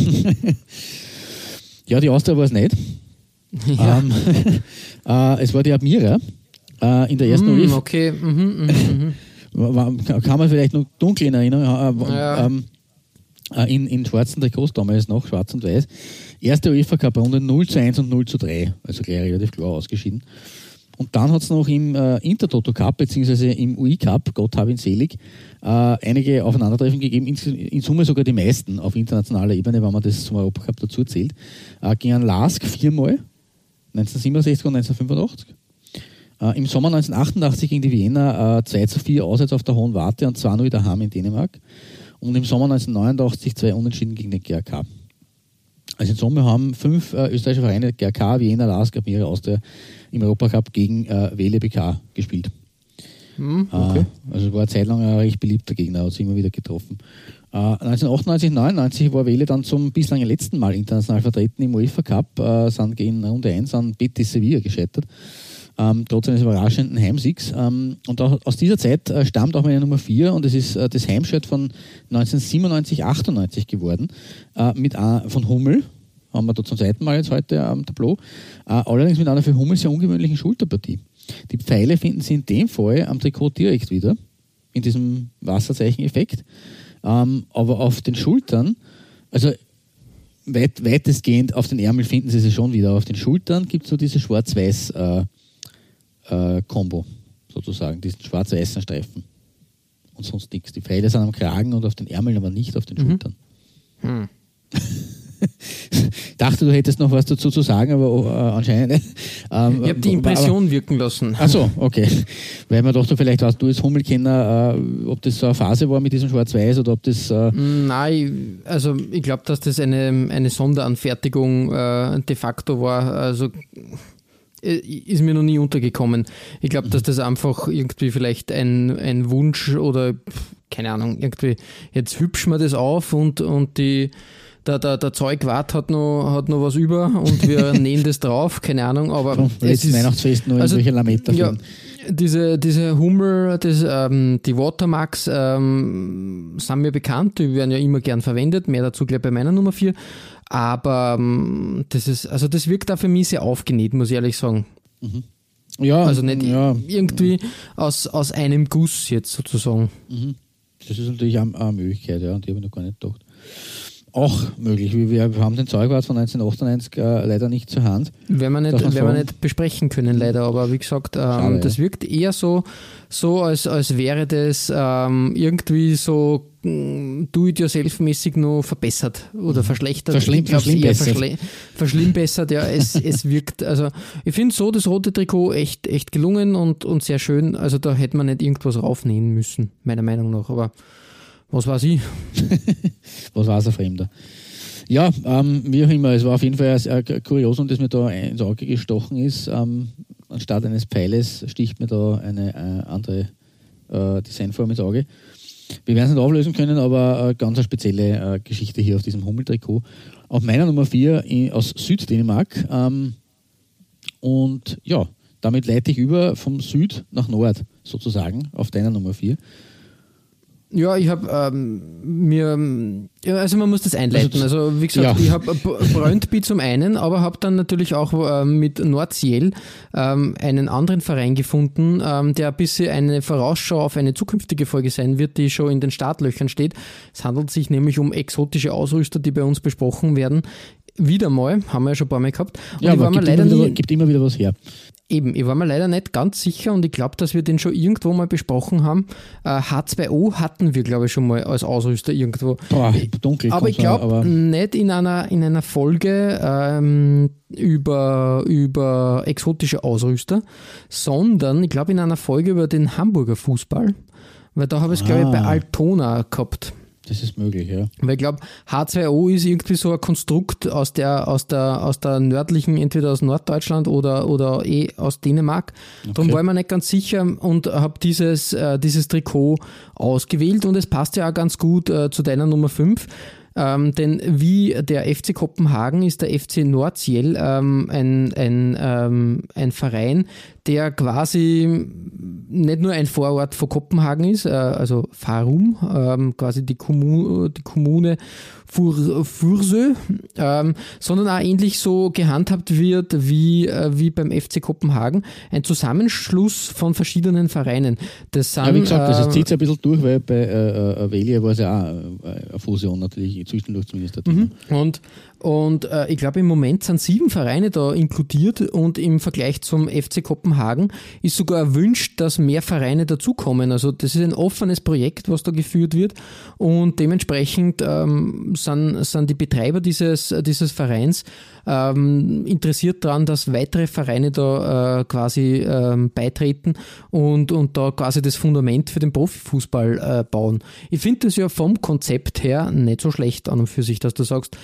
Ja, die Austria war es nicht. Ja. Ähm, äh, es war die Admira äh, in der ersten mm, U E F A. Okay, mhm, mhm, War, kann man vielleicht noch dunkel in Erinnerung haben, Ja. ähm, äh, in, in schwarzen Trikots damals noch, schwarz und weiß. Erste UEFA Cup Runde null zu eins und null zu drei, also gleich relativ klar ausgeschieden. Und dann hat es noch im äh, Intertoto Cup, beziehungsweise im U I Cup, Gott hab ihn selig, äh, einige Aufeinandertreffen gegeben, in, in Summe sogar die meisten auf internationaler Ebene, wenn man das zum Europacup dazu zählt. Äh, gegen Lask viermal, neunzehnhundertsiebenundsechzig und neunzehnhundertfünfundachtzig. Äh, Im Sommer neunzehnhundertachtundachtzig gegen die Wiener äh, zwei zu vier auswärts auf der Hohen Warte und zwei zu null daheim in Dänemark. Und im Sommer neunzehnhundertneunundachtzig zwei Unentschieden gegen den G R K. Also in Summe haben fünf äh, österreichische Vereine, G R K, Wiener, Lask, Admira, Austria, im Europacup gegen äh, Wele B K gespielt. mhm. Okay. Äh, also war eine Zeit lang ein recht beliebter Gegner, hat sich immer wieder getroffen. Äh, neunzehnhundertachtundneunzig neunundneunzig war Wele dann zum bislang letzten Mal international vertreten im UEFA Cup, äh, sind gegen Runde eins an Betis Sevilla gescheitert. Ähm, trotz eines überraschenden Heimsiegs. Ähm, und auch aus dieser Zeit äh, stammt auch meine Nummer vier und es ist äh, das Heimshirt von neunzehnhundertsiebenundneunzig achtundneunzig geworden, äh, mit, äh, von Hummel, haben wir da zum zweiten Mal jetzt heute am Tableau, äh, allerdings mit einer für Hummel sehr ungewöhnlichen Schulterpartie. Die Pfeile finden Sie in dem Fall am Trikot direkt wieder, in diesem Wasserzeichen-Effekt, ähm, aber auf den Schultern, also weit, weitestgehend auf den Ärmel finden Sie sie schon wieder, auf den Schultern gibt es so diese schwarz-weiß äh, Äh, Combo, sozusagen, diesen schwarz-weißen Streifen. Und sonst nichts. Die Pfeile sind am Kragen und auf den Ärmeln, aber nicht auf den mhm. Schultern. Hm. Ich dachte, du hättest noch was dazu zu sagen, aber äh, anscheinend nicht. Ähm, ich habe die Impression aber, wirken lassen. Ach so, okay. Weil man dachte, vielleicht warst du als Hummelkenner, äh, ob das so eine Phase war mit diesem Schwarz-Weiß oder ob das... Äh Nein, also ich glaube, dass das eine, eine Sonderanfertigung äh, de facto war. Also ist mir noch nie untergekommen. Ich glaube, dass das einfach irgendwie vielleicht ein, ein Wunsch oder keine Ahnung, irgendwie jetzt hübschen wir das auf und, und die, der, der, der Zeugwart hat noch, hat noch was über und wir nähen das drauf, keine Ahnung, aber Vom es ist, Weihnachtsfest nur also, irgendwelche Lametta ja, diese, diese Hummel, das, ähm, die Watermarks ähm, sind mir bekannt, die werden ja immer gern verwendet, mehr dazu gleich bei meiner Nummer vier. Aber ähm, das ist, also das wirkt da für mich sehr aufgenäht, muss ich ehrlich sagen. Mhm. Ja, also nicht ja. irgendwie aus, aus einem Guss jetzt sozusagen. Mhm. Das ist natürlich eine, eine Möglichkeit, ja, und die habe ich noch gar nicht gedacht. auch möglich. Wir, wir haben den Zeugwart von neunzehnhundertachtundneunzig äh, leider nicht zur Hand. Werden wir nicht, werden wir nicht besprechen können, leider. Aber wie gesagt, ähm, Schade, das ja. wirkt eher so, so als, als wäre das ähm, irgendwie so mm, do-it-yourself-mäßig nur verbessert oder verschlechtert. Verschlimm, ich glaube, verschlimmbessert. Verschle- verschlimmbessert, ja. Es, es wirkt, also ich finde so das rote Trikot echt, echt gelungen und, und sehr schön. Also da hätte man nicht irgendwas raufnähen müssen, meiner Meinung nach. Aber was weiß ich? Was weiß ein Fremder? Ja, ähm, wie auch immer, es war auf jeden Fall ein, ein Kuriosum, das mir da ins Auge gestochen ist. Ähm, anstatt eines Pfeiles sticht mir da eine äh, andere äh, Designform ins Auge. Wir werden es nicht auflösen können, aber äh, ganz eine spezielle äh, Geschichte hier auf diesem Hummel-Trikot. Auf meiner Nummer vier in, aus Süddänemark. Ähm, und ja, damit leite ich über vom Süd nach Nord sozusagen auf deiner Nummer vier. Ja, ich habe ähm, mir, ja, also man muss das einleiten. Also wie gesagt, ja. ich habe Brøndby zum einen, aber habe dann natürlich auch äh, mit Nordsjælland ähm, einen anderen Verein gefunden, ähm, der ein bisschen eine Vorausschau auf eine zukünftige Folge sein wird, die schon in den Startlöchern steht. Es handelt sich nämlich um exotische Ausrüster, die bei uns besprochen werden. Wieder mal, haben wir ja schon ein paar Mal gehabt. Und ja, ich aber war mir gibt, leider immer wieder, nie, gibt immer wieder was her. Eben, ich war mir leider nicht ganz sicher und ich glaube, dass wir den schon irgendwo mal besprochen haben. Äh, H zwei O hatten wir, glaube ich, schon mal als Ausrüster irgendwo. Boah, dunkel. Aber ich glaube nicht in einer, in einer Folge ähm, über, über exotische Ausrüster, sondern ich glaube in einer Folge über den Hamburger Fußball, weil da habe ich es, glaube ich, bei Altona gehabt. Das ist möglich, ja. Weil ich glaube, H zwei O ist irgendwie so ein Konstrukt aus der, aus der, aus der nördlichen, entweder aus Norddeutschland oder, oder eh aus Dänemark. Okay. Darum war ich mir nicht ganz sicher und habe dieses, äh, dieses Trikot ausgewählt und es passt ja auch ganz gut äh, zu deiner Nummer fünf. Ähm, denn wie der F C Kopenhagen ist der F C Nordsjælland ähm, ein, ein, ähm, ein Verein, der quasi nicht nur ein Vorort von Kopenhagen ist, äh, also Farum, ähm, quasi die, Kommu- die Kommune Fur- Fursø, ähm, sondern auch ähnlich so gehandhabt wird wie, äh, wie beim F C Kopenhagen. Ein Zusammenschluss von verschiedenen Vereinen. Das sind, ja, wie gesagt, das äh, zieht es ein bisschen durch, weil bei äh, Velia war es ja auch eine Fusion natürlich, zwischendurch zumindest. Mhm. Und Und äh, ich glaube, im Moment sind sieben Vereine da inkludiert und im Vergleich zum F C Kopenhagen ist sogar erwünscht, dass mehr Vereine dazukommen. Also das ist ein offenes Projekt, was da geführt wird und dementsprechend ähm, sind, sind die Betreiber dieses, dieses Vereins ähm, interessiert daran, dass weitere Vereine da äh, quasi ähm, beitreten und, und da quasi das Fundament für den Profifußball äh, bauen. Ich finde das ja vom Konzept her nicht so schlecht an und für sich, dass du sagst,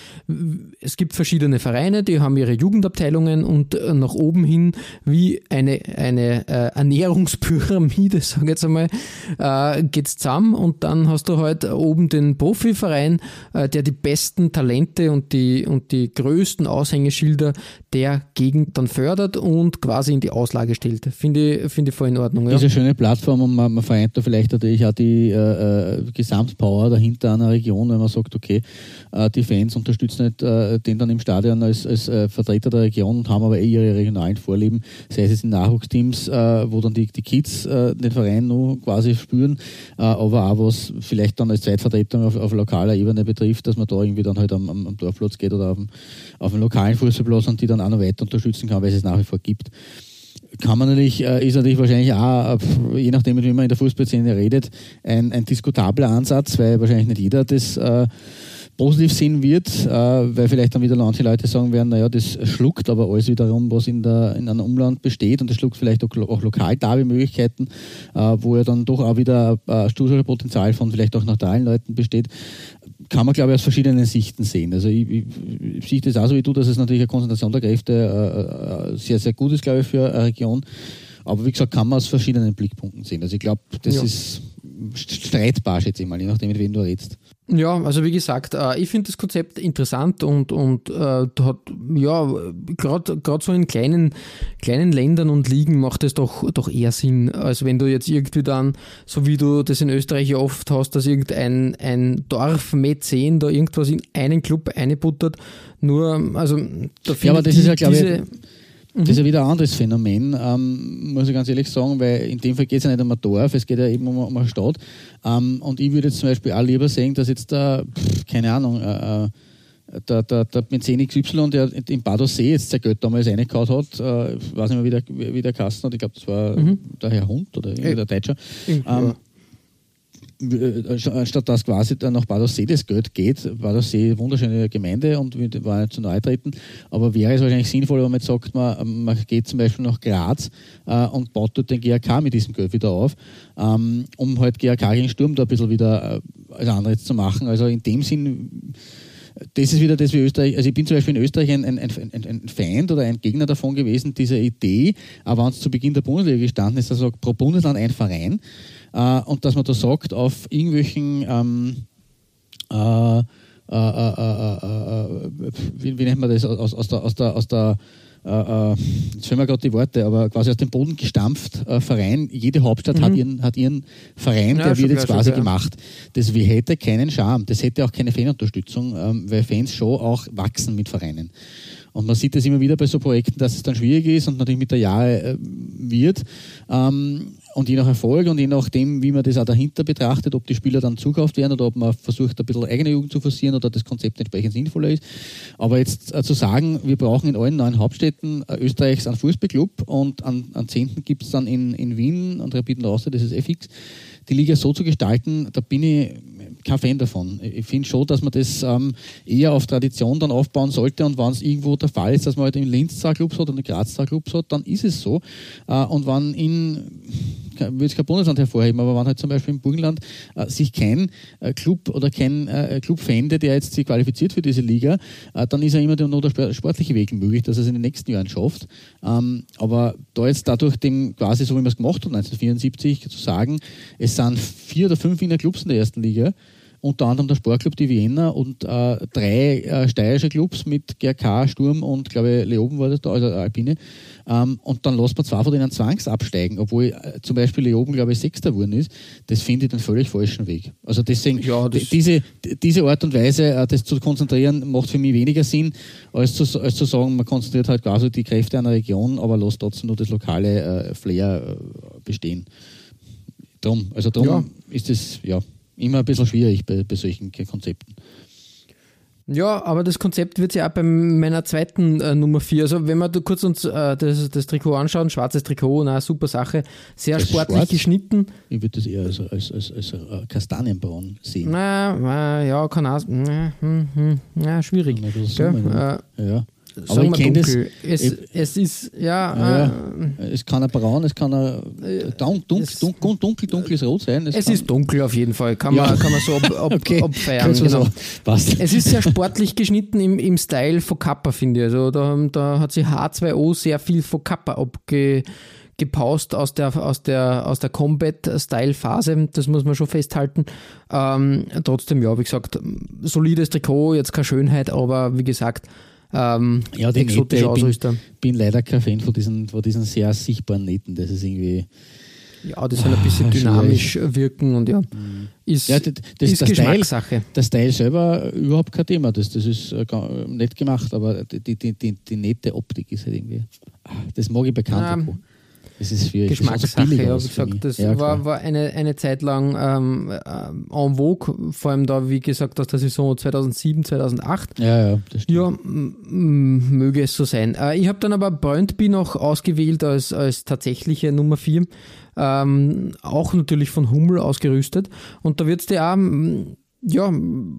es gibt verschiedene Vereine, die haben ihre Jugendabteilungen und äh, nach oben hin wie eine, eine äh, Ernährungspyramide, sage ich jetzt einmal, äh, geht's zusammen und dann hast du halt oben den Profiverein, äh, der die besten Talente und die, und die größten Aushängeschilder der Gegend dann fördert und quasi in die Auslage stellt. Finde ich, finde ich voll in Ordnung. Ja. Das ist eine schöne Plattform und man, man vereint da vielleicht natürlich auch die äh, Gesamtpower dahinter einer Region, wenn man sagt, okay, äh, die Fans unterstützen nicht äh, den dann im Stadion als, als äh, Vertreter der Region und haben aber eh ihre regionalen Vorlieben, sei es jetzt in Nachwuchsteams, äh, wo dann die, die Kids äh, den Verein nur quasi spüren, äh, aber auch was vielleicht dann als Zweitvertretung auf, auf lokaler Ebene betrifft, dass man da irgendwie dann halt am, am Dorfplatz geht oder auf dem, auf dem lokalen Fußballplatz und die dann auch noch weiter unterstützen kann, weil es es nach wie vor gibt. Kann man natürlich, äh, ist natürlich wahrscheinlich auch, äh, je nachdem, mit wem man in der Fußballszene redet, ein, ein diskutabler Ansatz, weil wahrscheinlich nicht jeder das äh, positiv sehen wird, äh, weil vielleicht dann wieder manche Leute sagen werden, naja, das schluckt aber alles wiederum, was in, der, in einem Umland besteht und das schluckt vielleicht auch, auch Lokal-Derby-Möglichkeiten, äh, wo ja dann doch auch wieder ein Potenzial von vielleicht auch neutralen Leuten besteht. Kann man, glaube ich, aus verschiedenen Sichten sehen. Also ich, ich, ich sehe das auch so wie du, dass es natürlich eine Konzentration der Kräfte äh, sehr, sehr gut ist, glaube ich, für eine Region. Aber wie gesagt, kann man aus verschiedenen Blickpunkten sehen. Also ich glaube, das ja. ist streitbar, schätze ich mal, je nachdem, mit wem du redest. Ja, also wie gesagt, äh, ich finde das Konzept interessant und, und äh, hat, ja, gerade so in kleinen, kleinen Ländern und Ligen macht es doch, doch eher Sinn, als wenn du jetzt irgendwie dann, so wie du das in Österreich ja oft hast, dass irgendein ein Dorfmäzen da irgendwas in einen Club einbuttert. Nur, also da ja, aber das die, ist ja, glaube diese, ich, Das ist ja wieder ein anderes Phänomen, ähm, muss ich ganz ehrlich sagen, weil in dem Fall geht es ja nicht um ein Dorf, es geht ja eben um, um eine Stadt. Ähm, und ich würde jetzt zum Beispiel auch lieber sehen, dass jetzt da, pff, keine Ahnung, äh, der, der, der Mäzen X Y, der in Badersee jetzt sein Geld damals reingehauen hat, äh, ich weiß nicht mehr, wie der, wie der Kasten hat, ich glaube, das war mhm. der Herr Hund oder irgendwie der Deutscher. Ähm, Anstatt dass quasi dann nach Badersee das Geld geht, Badersee, wunderschöne Gemeinde und wir waren nicht zu neu treten, aber wäre es wahrscheinlich sinnvoll, wenn man jetzt sagt, man, man geht zum Beispiel nach Graz äh, und baut dort den G A K mit diesem Geld wieder auf, ähm, um halt G A K gegen Sturm da ein bisschen wieder äh, als Anreiz zu machen. Also in dem Sinn, das ist wieder das, wie Österreich, also ich bin zum Beispiel in Österreich ein, ein, ein, ein Feind oder ein Gegner davon gewesen, dieser Idee, aber wenn es zu Beginn der Bundesliga gestanden ist, dass also pro Bundesland ein Verein, Uh, und dass man da sagt, auf irgendwelchen, ähm, äh, äh, äh, äh, äh, wie, wie nennt man das, aus, aus der, aus der, aus der äh, äh, jetzt fehlen mir gerade die Worte, aber quasi aus dem Boden gestampft äh, Verein, jede Hauptstadt mhm. hat, ihren, hat ihren Verein, ja, der wird jetzt quasi klar, gemacht. Das hätte keinen Charme, das hätte auch keine Fanunterstützung, ähm, weil Fans schon auch wachsen mit Vereinen. Und man sieht das immer wieder bei so Projekten, dass es dann schwierig ist und natürlich mit der Jahre äh, wird. Ähm, und je nach Erfolg und je nachdem, wie man das auch dahinter betrachtet, ob die Spieler dann zukauft werden oder ob man versucht, ein bisschen eigene Jugend zu forcieren oder das Konzept entsprechend sinnvoller ist. Aber jetzt äh, zu sagen, wir brauchen in allen neuen Hauptstädten äh, Österreichs einen Fußballclub und an, an zehnten gibt es dann in, in Wien und Rapid und Austria, das ist F X, die Liga so zu gestalten, da bin ich kein Fan davon. Ich finde schon, dass man das ähm, eher auf Tradition dann aufbauen sollte und wenn es irgendwo der Fall ist, dass man halt in Linz zwei Clubs hat und in Graz zwei Clubs hat, dann ist es so. Äh, und wenn in, ich will jetzt kein Bundesland hervorheben, aber wenn halt zum Beispiel im Burgenland äh, sich kein äh, Club oder kein äh, Club fände, der jetzt sich qualifiziert für diese Liga, äh, dann ist ja immer nur der sportliche Weg möglich, dass er es in den nächsten Jahren schafft. Ähm, aber da jetzt dadurch dem quasi so, wie man es gemacht hat, neunzehnhundertvierundsiebzig, zu sagen, es sind vier oder fünf Wiener Clubs in der ersten Liga, unter anderem der Sportclub die Vienna und äh, drei äh, steirische Clubs mit G A K, Sturm und glaube ich Leoben war das da, also Alpine. Ähm, und dann lässt man zwei von denen zwangs absteigen, obwohl äh, zum Beispiel Leoben glaube ich Sechster geworden ist. Das finde ich den völlig falschen Weg. Also deswegen, ja, das diese, diese Art und Weise, äh, das zu konzentrieren, macht für mich weniger Sinn, als zu, als zu sagen, man konzentriert halt quasi die Kräfte einer Region, aber lässt trotzdem nur das lokale äh, Flair äh, bestehen. Drum, also darum ja. ist das, ja, immer ein bisschen schwierig bei, bei solchen Konzepten. Ja, aber das Konzept wird ja auch bei meiner zweiten äh, Nummer vier. Also wenn wir da kurz uns äh, das, das Trikot anschauen, schwarzes Trikot, eine super Sache, sehr das sportlich schwarz, geschnitten. Ich würde das eher als, als, als, als äh, Kastanienbraun sehen. Na, na, ja, kann auch, na, hm, hm, ja, schwierig. Ja, ja. ja. Aber ich kenne das. Es, ich, es ist, ja. ja äh, es kann ein braun, es kann ein dunkel, dunkel, dunkel, dunkel, dunkles Rot sein. Es, es ist dunkel auf jeden Fall, kann, ja. man, kann man so ab, ab, okay. abfeiern. Genau. So. Es ist sehr sportlich geschnitten im, im Style von Kappa, finde ich. Also da, da hat sich H zwei O sehr viel von Kappa abge. gepaust aus der, aus der, aus der Combat-Style-Phase, das muss man schon festhalten. Ähm, trotzdem, ja, wie gesagt, solides Trikot, jetzt keine Schönheit, aber wie gesagt, ähm, ja, exotischer Ausrüster. Ich bin, bin leider kein Fan von diesen, von diesen sehr sichtbaren Nähten, das ist irgendwie... Ja, das soll ein bisschen dynamisch schwierig wirken und ja, ist, ja, das, das, ist der Geschmackssache. Style, der Style selber überhaupt kein Thema, das, das ist äh, nett gemacht, aber die, die, die, die nette Optik ist halt irgendwie... Das mag ich bekannt. Ja. Das ist schwierig. Geschmackssache, ja, wie gesagt, das ja, war, war eine, eine Zeit lang ähm, en vogue, vor allem da, wie gesagt, aus der Saison zweitausendsieben, zweitausendacht. Ja, ja, das stimmt. Ja, m- m- möge es so sein. Äh, ich habe dann aber Brøndby noch ausgewählt als, als tatsächliche Nummer vier, ähm, auch natürlich von Hummel ausgerüstet. Und da wird es dir auch, ja,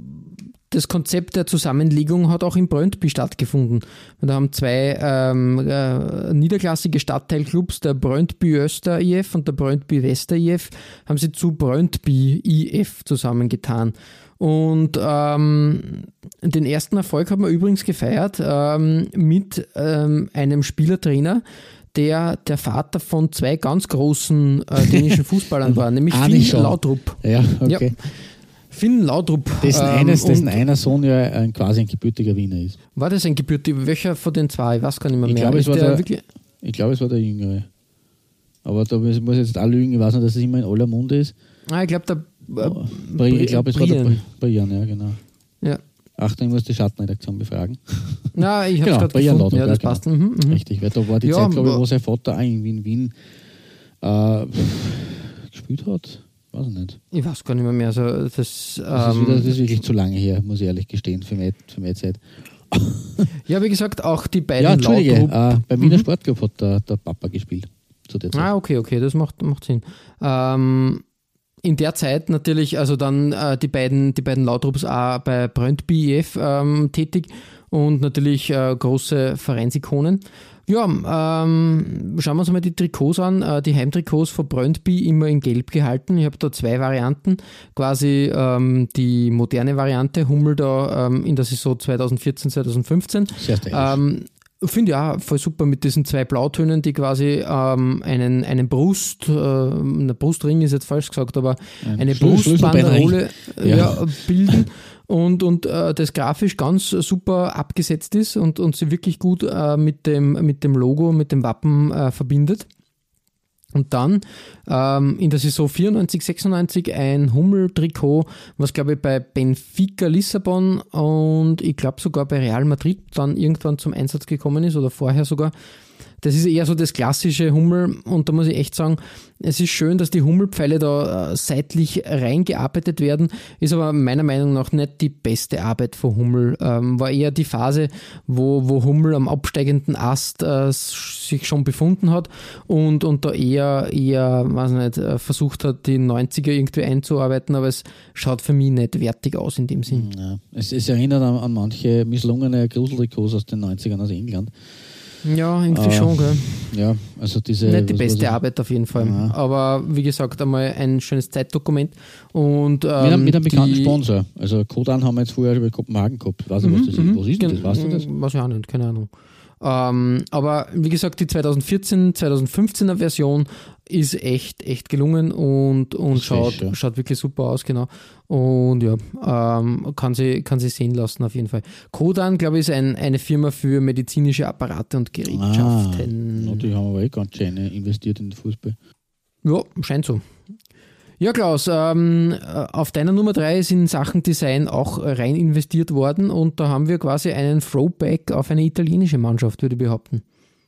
das Konzept der Zusammenlegung hat auch in Brøndby stattgefunden. Da haben zwei ähm, äh, niederklassige Stadtteilclubs, der Brøndby Øster I F und der Brøndby Vester I F, haben sie zu Brøndby I F zusammengetan. Und ähm, den ersten Erfolg haben wir übrigens gefeiert ähm, mit ähm, einem Spielertrainer, der der Vater von zwei ganz großen äh, dänischen Fußballern war, nämlich Finn Laudrup. Ja, okay. Ja. Finn Laudrup. Dessen, ähm, eines, dessen einer Sohn ja ein, quasi ein gebürtiger Wiener ist. War das ein gebürtiger? Welcher von den zwei? Ich weiß gar nicht mehr. Ich mehr. glaube, es, der ich glaube, es war der Jüngere. Aber da muss ich jetzt auch lügen. Ich weiß nicht, dass es immer in aller Munde ist. Ah, ich glaube, der. Äh, Bri- ich glaube, es war der Brian, ja, genau. Ja. Achtung, ich muss die Schattenredaktion befragen. Na, ich habe genau, es gerade gefunden. Ja, das genau. passt. Mhm, mh. Richtig, weil da war die ja, Zeit, glaube ich, wo sein Vater auch in Wien, Wien äh, gespielt hat. Weiß ich nicht. Ich weiß gar nicht mehr. mehr. Also, das, Das, ähm, ist wieder, das ist wirklich zu lange her, muss ich ehrlich gestehen, für meine, für meine Zeit. ja, wie gesagt, auch die beiden Ja, Entschuldige, Lautrup- äh, beim Wiener Mhm. Sportclub hat der, der Papa gespielt. Zu der Zeit. Ah, okay, okay, das macht, macht Sinn. Ähm, in der Zeit natürlich, also dann äh, die beiden, die beiden Lautrups auch bei Brøndby I F ähm, tätig und natürlich äh, große Vereinsikonen. Ja, ähm, schauen wir uns mal die Trikots an. Äh, die Heimtrikots von Brøndby immer in Gelb gehalten. Ich habe da zwei Varianten. Quasi ähm, die moderne Variante, Hummel da ähm, in der Saison zwanzig vierzehn, zwanzig fünfzehn. Sehr stylisch. Ähm, Finde ich auch voll super mit diesen zwei Blautönen, die quasi ähm, einen, einen Brust, äh, eine Brustring ist jetzt falsch gesagt, aber Ein eine Schlü- Brustbanderole Ja. ja, bilden und, und äh, das grafisch ganz super abgesetzt ist und, und sie wirklich gut äh, mit, dem, mit dem Logo, mit dem Wappen äh, verbindet. Und dann ähm, in der Saison vierundneunzig, sechsundneunzig ein Hummel-Trikot, was glaube ich bei Benfica Lissabon und ich glaube sogar bei Real Madrid dann irgendwann zum Einsatz gekommen ist oder vorher sogar. Das ist eher so das klassische Hummel und da muss ich echt sagen, es ist schön, dass die Hummelpfeile da äh, seitlich reingearbeitet werden, ist aber meiner Meinung nach nicht die beste Arbeit von Hummel. Ähm, war eher die Phase, wo, wo Hummel am absteigenden Ast äh, sich schon befunden hat und, und da eher, eher weiß nicht, äh, versucht hat, die neunziger irgendwie einzuarbeiten, aber es schaut für mich nicht wertig aus in dem Sinn. Ja. Es, es erinnert an, an manche misslungene Gruseltrikots aus den neunzigern aus England. Ja, irgendwie äh, schon, gell. Ja, also diese... Nicht die was- beste was- Arbeit auf jeden Fall. Ja. Aber wie gesagt, einmal ein schönes Zeitdokument. Und, ähm, Mit einem, mit einem bekannten die, Sponsor. Also Kodan haben wir jetzt vorher schon bei Kopenhagen gehabt. Weiß nicht, was das ist. Was ist denn das? Weißt du das? Weiß ich auch nicht, keine Ahnung. Ähm, aber wie gesagt, die zwanzig vierzehn, zwanzig fünfzehner Version ist echt, echt gelungen und, und Ist schaut, fesch, ja. schaut wirklich super aus, genau. Und ja, ähm, kann sie, kann sie sehen lassen auf jeden Fall. Kodan, glaube ich, ist ein, eine Firma für medizinische Apparate und Ah, Gerätschaften. natürlich haben wir aber eh ganz schön investiert in den Fußball. Ja, scheint so. Ja, Klaus, ähm, auf deiner Nummer drei ist in Sachen Design auch rein investiert worden und da haben wir quasi einen Throwback auf eine italienische Mannschaft, würde ich behaupten.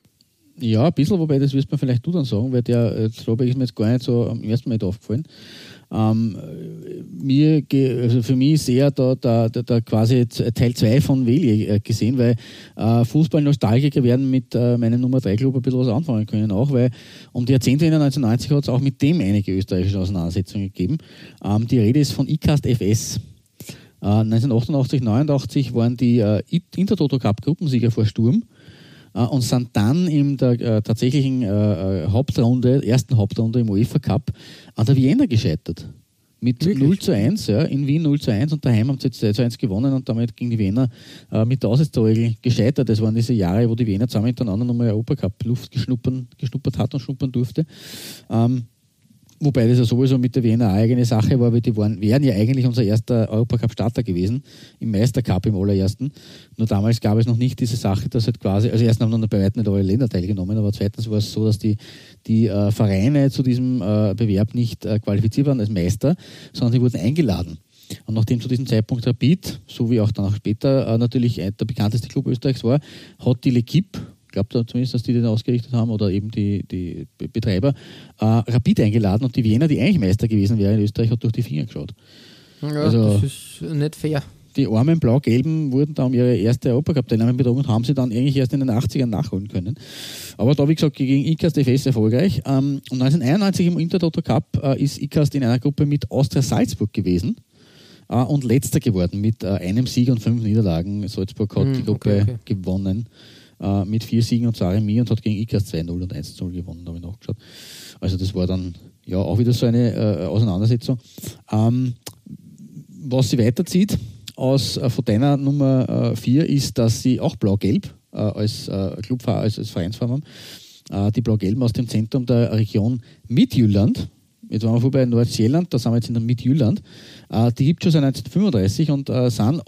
Ja, ein bisschen, wobei das wirst du mir vielleicht du dann sagen, weil der äh, Throwback ist mir jetzt gar nicht so am ersten Mal aufgefallen. Ähm, mir, ge- also für mich ist eher da, da, da, da quasi Teil zwei von Weli äh, gesehen, weil äh, Fußball-Nostalgiker werden mit äh, meinem Nummer drei Club ein bisschen was anfangen können, auch weil um die Jahrzehnte in den neunzehnhundertneunzig hat es auch mit dem einige österreichische Auseinandersetzungen gegeben. Ähm, die Rede ist von iCast F S. Äh, neunzehnhundertachtundachtzig, neunundachtzig waren die äh, Intertoto Cup Gruppensieger vor Sturm. Uh, und sind dann in der äh, tatsächlichen äh, Hauptrunde, ersten Hauptrunde im UEFA Cup an der Vienna gescheitert. Mit Wirklich? null zu eins, ja, in Wien null zu eins und daheim haben sie zwei zu eins gewonnen und damit gegen die Wiener äh, mit der Auswärtsregel gescheitert. Das waren diese Jahre, wo die Wiener zusammen miteinander nochmal Europacup Luft geschnuppern, geschnuppert hat und schnuppern durfte. Ähm, Wobei das ja sowieso mit der Wiener eine eigene Sache war, weil die waren, wären ja eigentlich unser erster Europacup-Starter gewesen, im Meistercup im allerersten. Nur damals gab es noch nicht diese Sache, dass halt quasi, also erstens haben noch bei weitem nicht alle Länder teilgenommen, aber zweitens war es so, dass die, die äh, Vereine zu diesem äh, Bewerb nicht äh, qualifiziert waren als Meister, sondern sie wurden eingeladen. Und nachdem zu diesem Zeitpunkt Rapid, so wie auch dann auch später äh, natürlich der bekannteste Club Österreichs war, hat die L'Equipe, ich glaube zumindest, dass die den ausgerichtet haben oder eben die, die Betreiber, äh, Rapid eingeladen und die Wiener, die eigentlich Meister gewesen wäre in Österreich, hat durch die Finger geschaut. Ja, Also- das ist nicht fair. Die armen Blau-Gelben wurden da um ihre erste Europacup-Teilnahme betrogen und haben sie dann eigentlich erst in den achtzigern nachholen können. Aber da, wie gesagt, gegen iCast F S erfolgreich. Ähm, und neunzehnhunderteinundneunzig im Intertoto Cup äh, ist iCast in einer Gruppe mit Austria Salzburg gewesen äh, und letzter geworden mit äh, einem Sieg und fünf Niederlagen. Salzburg hat Hm, die Gruppe okay, okay. gewonnen äh, mit vier Siegen und zwei Remis und hat gegen iCast zwei null und eins zu null gewonnen, da habe ich nachgeschaut. Also das war dann ja auch wieder so eine äh, Auseinandersetzung. Ähm, was sie weiterzieht aus, äh, von deiner Nummer vier äh, ist, dass sie auch blau-gelb äh, als, äh, Club, als, als Vereinsfarben haben. Äh, die blau-gelben aus dem Zentrum der Region Midtjylland. Jetzt waren wir vorbei in Nordsjælland, da sind wir jetzt in der Midtjylland. Äh, die gibt es schon seit neunzehnhundertfünfunddreißig und äh, sind,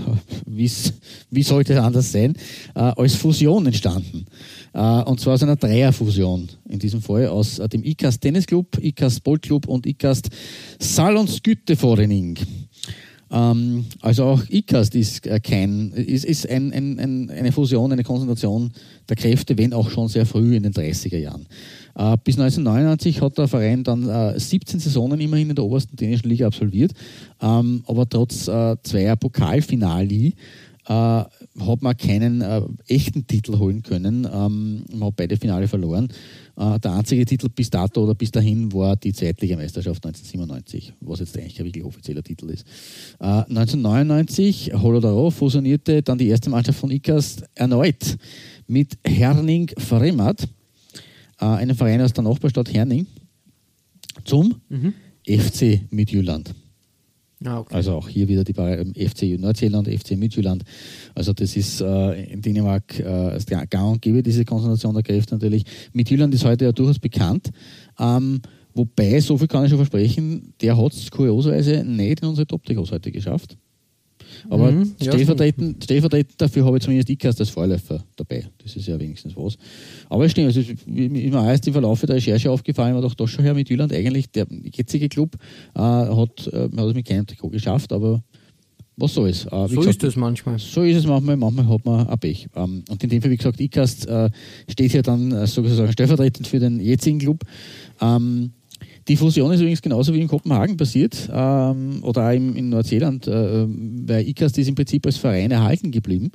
wie sollte es anders sein, äh, als Fusion entstanden. Äh, und zwar aus einer Dreierfusion in diesem Fall aus äh, dem iCast Tennisclub, iCast Bollclub und iCast Salonskytteforening. Ähm, also auch ICAST ist, äh, kein, ist, ist ein, ein, ein, eine Fusion, eine Konzentration der Kräfte, wenn auch schon sehr früh in den dreißiger Jahren. Äh, bis neunzehnhundertneunundneunzig hat der Verein dann äh, siebzehn Saisonen immerhin in der obersten dänischen Liga absolviert, ähm, aber trotz äh, zweier Pokalfinali äh, hat man keinen äh, echten Titel holen können. Ähm, man hat beide Finale verloren. Äh, der einzige Titel bis dato oder bis dahin war die Zweitligameisterschaft neunzehnhundertsiebenundneunzig, was jetzt eigentlich ein wirklich offizieller Titel ist. Äh, neunzehnhundertneunundneunzig, Holodaro fusionierte dann die erste Mannschaft von ICAST erneut mit Herning Fremad, äh, einem Verein aus der Nachbarstadt Herning, zum mhm. F C Midtjylland. Ah, okay. Also auch hier wieder die F C Nordsjælland, F C Midtjylland. Also das ist äh, in Dänemark äh, gang und gäbe, diese Konzentration der Kräfte natürlich. Midtjylland ist heute ja durchaus bekannt. Ähm, wobei, so viel kann ich schon versprechen, der hat es kurioserweise nicht in unsere Top-Trikots heute geschafft. Aber mhm, stellvertretend, ja. stellvertretend dafür habe ich zumindest ICAST als Vorläufer dabei. Das ist ja wenigstens was. Aber es stimmt, also mir auch erst im Verlauf der Recherche aufgefallen, war doch das schon her mit Jylland eigentlich, der jetzige Club äh, hat, äh, hat es mit keinem Trikot geschafft, aber was soll's. Äh, so gesagt, ist es manchmal. So ist es manchmal, manchmal hat man ein Pech. Ähm, und in dem Fall, wie gesagt, ICAST äh, steht hier dann äh, sozusagen stellvertretend für den jetzigen Club. Ähm, Die Fusion ist übrigens genauso wie in Kopenhagen passiert ähm, oder auch im, in Nordsjælland, äh, weil ICAST ist im Prinzip als Verein erhalten geblieben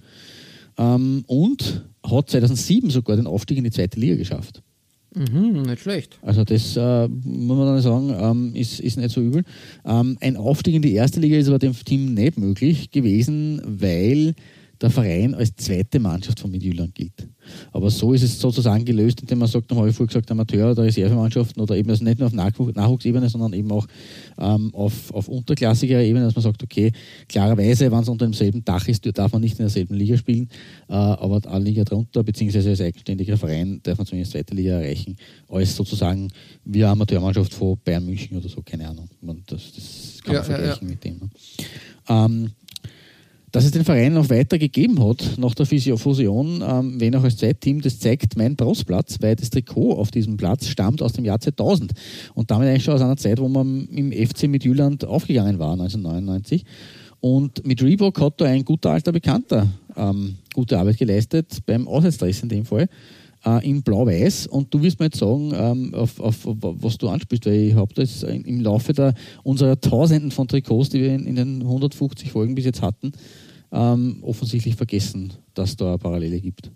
ähm, und hat zweitausendsieben sogar den Aufstieg in die zweite Liga geschafft. Mhm, nicht schlecht. Also das äh, muss man dann sagen, ähm, ist, ist nicht so übel. Ähm, ein Aufstieg in die erste Liga ist aber dem Team nicht möglich gewesen, weil der Verein als zweite Mannschaft von Midtjylland gilt. Aber so ist es sozusagen gelöst, indem man sagt, dann habe ich vorher gesagt, Amateur- oder Reservemannschaften oder eben also nicht nur auf Nachwuch- Nachwuchsebene, sondern eben auch ähm, auf, auf unterklassiger Ebene, dass man sagt, okay, klarerweise, wenn es unter demselben Dach ist, darf man nicht in derselben Liga spielen, äh, aber eine Liga drunter, beziehungsweise als eigenständiger Verein darf man zumindest zweite Liga erreichen, als sozusagen wie eine Amateurmannschaft von Bayern München oder so, keine Ahnung. Man, das, das kann man ja, vergleichen ja, ja. mit dem. Ne? Ähm, Dass es den Verein noch weiter gegeben hat nach der Fusion, ähm, wenn auch als Zweitteam, das zeigt mein Brustplatz, weil das Trikot auf diesem Platz stammt aus dem Jahr zweitausend und damit eigentlich schon aus einer Zeit, wo man im F C Midtjylland aufgegangen war, neunzehnhundertneunundneunzig. Und mit Reebok hat da ein guter alter Bekannter ähm, gute Arbeit geleistet, beim Auswärtsdress in dem Fall, äh, in Blau-Weiß. Und du wirst mir jetzt sagen, ähm, auf, auf, auf was du anspielst, weil ich habe das im Laufe der, unserer Tausenden von Trikots, die wir in, in den hundertfünfzig Folgen bis jetzt hatten, ähm, offensichtlich vergessen, dass da eine Parallele gibt.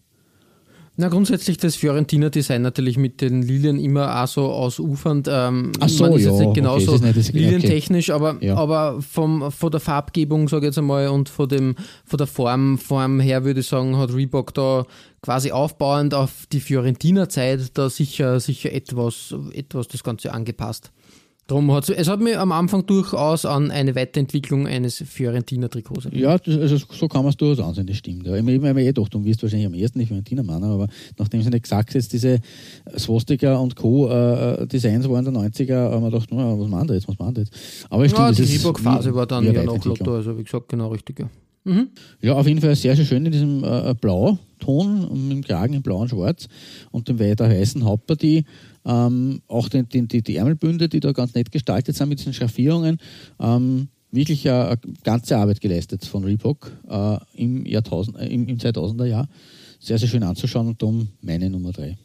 Na, grundsätzlich das Fiorentina-Design natürlich mit den Lilien immer auch so ausufernd. Ähm, Ach so, man ist ja, jetzt nicht genauso okay, nicht lilientechnisch, aber, ja. aber vom, von der Farbgebung, sage ich jetzt einmal, und von, dem, von der Form, Form her, würde ich sagen, hat Reebok da quasi aufbauend auf die Fiorentina-Zeit da sicher, sicher etwas, etwas das Ganze angepasst. Drum hat's, es hat mir am Anfang durchaus an eine Weiterentwicklung eines Fiorentina-Trikots erinnert. Ja, das, also so kann man es durchaus ansehen, das stimmt. Ja. Ich habe mir eh gedacht, du wirst wahrscheinlich am ersten die Fiorentina-Mann, aber nachdem sie nicht gesagt jetzt diese Swastika und Co. Äh, Designs waren der neunziger, haben wir gedacht, na, was machen wir jetzt, was machen wir jetzt? Aber stimmt, ja, die Reebok-Phase war dann ja noch Lotto, also wie gesagt, genau richtig. Ja, mhm. ja auf jeden Fall sehr, sehr schön in diesem äh, Blauton, mit dem Kragen in blau und schwarz und dem weiter weißen Hauptpartie. Ähm, auch den, den, die, die Ärmelbünde, die da ganz nett gestaltet sind mit diesen Schaffierungen. Ähm, wirklich eine, eine ganze Arbeit geleistet von Reebok äh, im, Jahrtausend, äh, im, im zweitausender Jahr. Sehr, sehr schön anzuschauen und darum meine Nummer drei.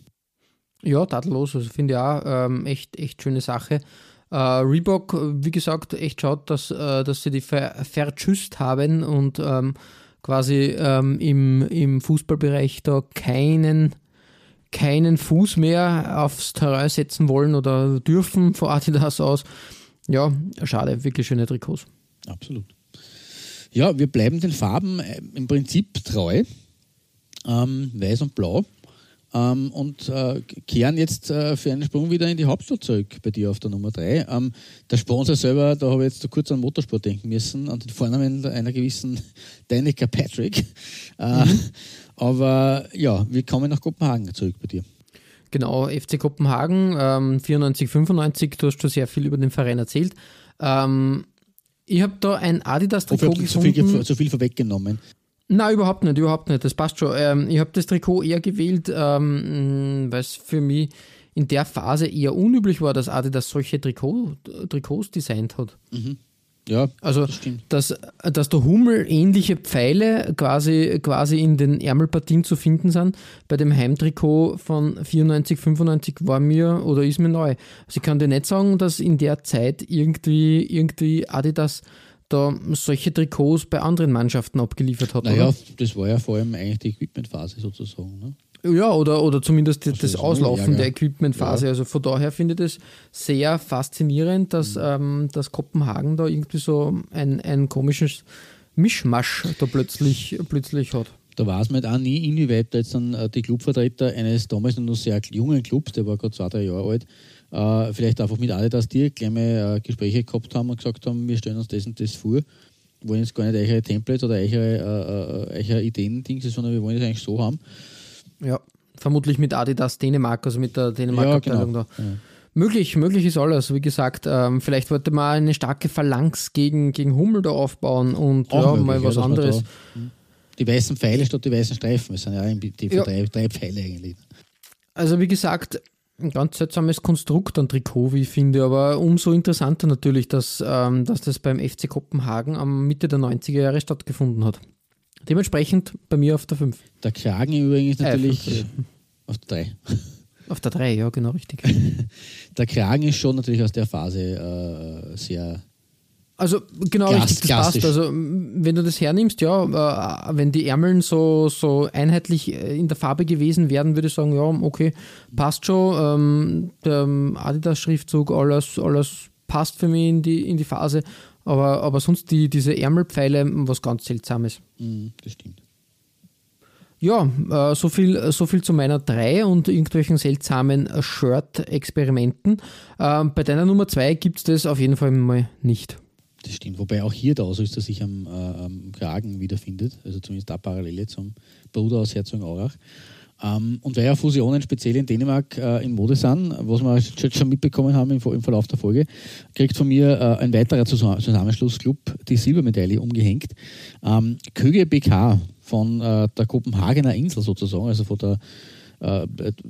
Ja, tadellos. Also finde ich auch ähm, echt, echt schöne Sache. Äh, Reebok, wie gesagt, echt schaut, dass, äh, dass sie die ver- vertschüsst haben und ähm, quasi ähm, im, im Fußballbereich da keinen keinen Fuß mehr aufs Terrain setzen wollen oder dürfen von Adidas aus. Ja, schade, wirklich schöne Trikots. Absolut. Ja, wir bleiben den Farben im Prinzip treu, ähm, weiß und blau, ähm, und äh, kehren jetzt äh, für einen Sprung wieder in die Hauptstadt zurück bei dir auf der Nummer drei. Ähm, der Sponsor selber, da habe ich jetzt kurz an Motorsport denken müssen, an den Vornamen einer gewissen Danica Patrick. Äh, mhm. Aber ja, wir kommen nach Kopenhagen zurück bei dir. Genau, F C Kopenhagen, ähm, vierundneunzig, fünfundneunzig, du hast schon sehr viel über den Verein erzählt. Ähm, ich habe da ein Adidas-Trikot gefunden. So viel, so viel vorweggenommen. Nein, überhaupt nicht, überhaupt nicht, das passt schon. Ähm, ich habe das Trikot eher gewählt, ähm, weil es für mich in der Phase eher unüblich war, dass Adidas solche Trikot, Trikots designt hat. Mhm. Ja, also das stimmt. Dass, dass der Hummel ähnliche Pfeile quasi, quasi in den Ärmelpartien zu finden sind, bei dem Heimtrikot von vierundneunzig, fünfundneunzig war mir oder ist mir neu. Also ich kann dir nicht sagen, dass in der Zeit irgendwie, irgendwie Adidas da solche Trikots bei anderen Mannschaften abgeliefert hat. Naja, oder? Das war ja vor allem eigentlich die Equipmentphase sozusagen. Ne? Ja, oder, oder zumindest das, das Auslaufen ja, der ja. Equipmentphase. Ja. Also von daher finde ich das sehr faszinierend, dass, mhm. ähm, dass Kopenhagen da irgendwie so ein, ein komisches Mischmasch da plötzlich, plötzlich hat. Da weiß man halt auch nie, inwieweit da jetzt dann die Clubvertreter eines damals noch sehr jungen Clubs, der war gerade zwei, drei Jahre alt, äh, vielleicht einfach mit Adidas direkt gleich mal äh, Gespräche gehabt haben und gesagt haben, wir stellen uns das und das vor. Wir wollen jetzt gar nicht eure Templates oder eure, äh, eure Ideen-Dings, sondern wir wollen es eigentlich so haben. Ja, vermutlich mit Adidas Dänemark, also mit der Dänemark-Abteilung ja, genau. da. Ja. Möglich, möglich ist alles. Wie gesagt, ähm, vielleicht wollte man eine starke Phalanx gegen, gegen Hummel da aufbauen und Auch ja, möglich, mal was ja, anderes. Da, die weißen Pfeile statt die weißen Streifen. Das sind ja im Prinzip ja. drei, drei Pfeile eigentlich. Also wie gesagt, ein ganz seltsames Konstrukt an Trikot, wie ich finde, aber umso interessanter natürlich, dass, ähm, dass das beim F C Kopenhagen am Mitte der neunziger Jahre stattgefunden hat. Dementsprechend bei mir auf der fünf. Der Kragen übrigens ist natürlich äh, auf der drei. Auf der drei, ja, genau, richtig. Der Kragen ist schon natürlich aus der Phase äh, sehr... Also genau, Klass, richtig, das klassisch. passt. Also wenn du das hernimmst, ja, äh, wenn die Ärmeln so, so einheitlich in der Farbe gewesen wären, würde ich sagen, ja, okay, passt schon. Ähm, der Adidas-Schriftzug, alles, alles passt für mich in die, in die Phase. Aber, aber sonst die, diese Ärmelpfeile, was ganz Seltsames. Mm, das stimmt. Ja, äh, so viel, so viel zu meiner drei und irgendwelchen seltsamen Shirt-Experimenten. Äh, bei deiner Nummer zwei gibt es das auf jeden Fall mal nicht. Das stimmt, wobei auch hier der Ausrüster sich am, äh, am Kragen wiederfindet, also zumindest da Parallele zum Bruder aus Herzogenaurach. Ähm, und weil ja Fusionen speziell in Dänemark äh, in Mode sind, was wir jetzt schon mitbekommen haben im, im Verlauf der Folge, kriegt von mir äh, ein weiterer Zusammenschlussclub die Silbermedaille umgehängt. Ähm, Køge B K von äh, der Kopenhagener Insel sozusagen, also von der äh,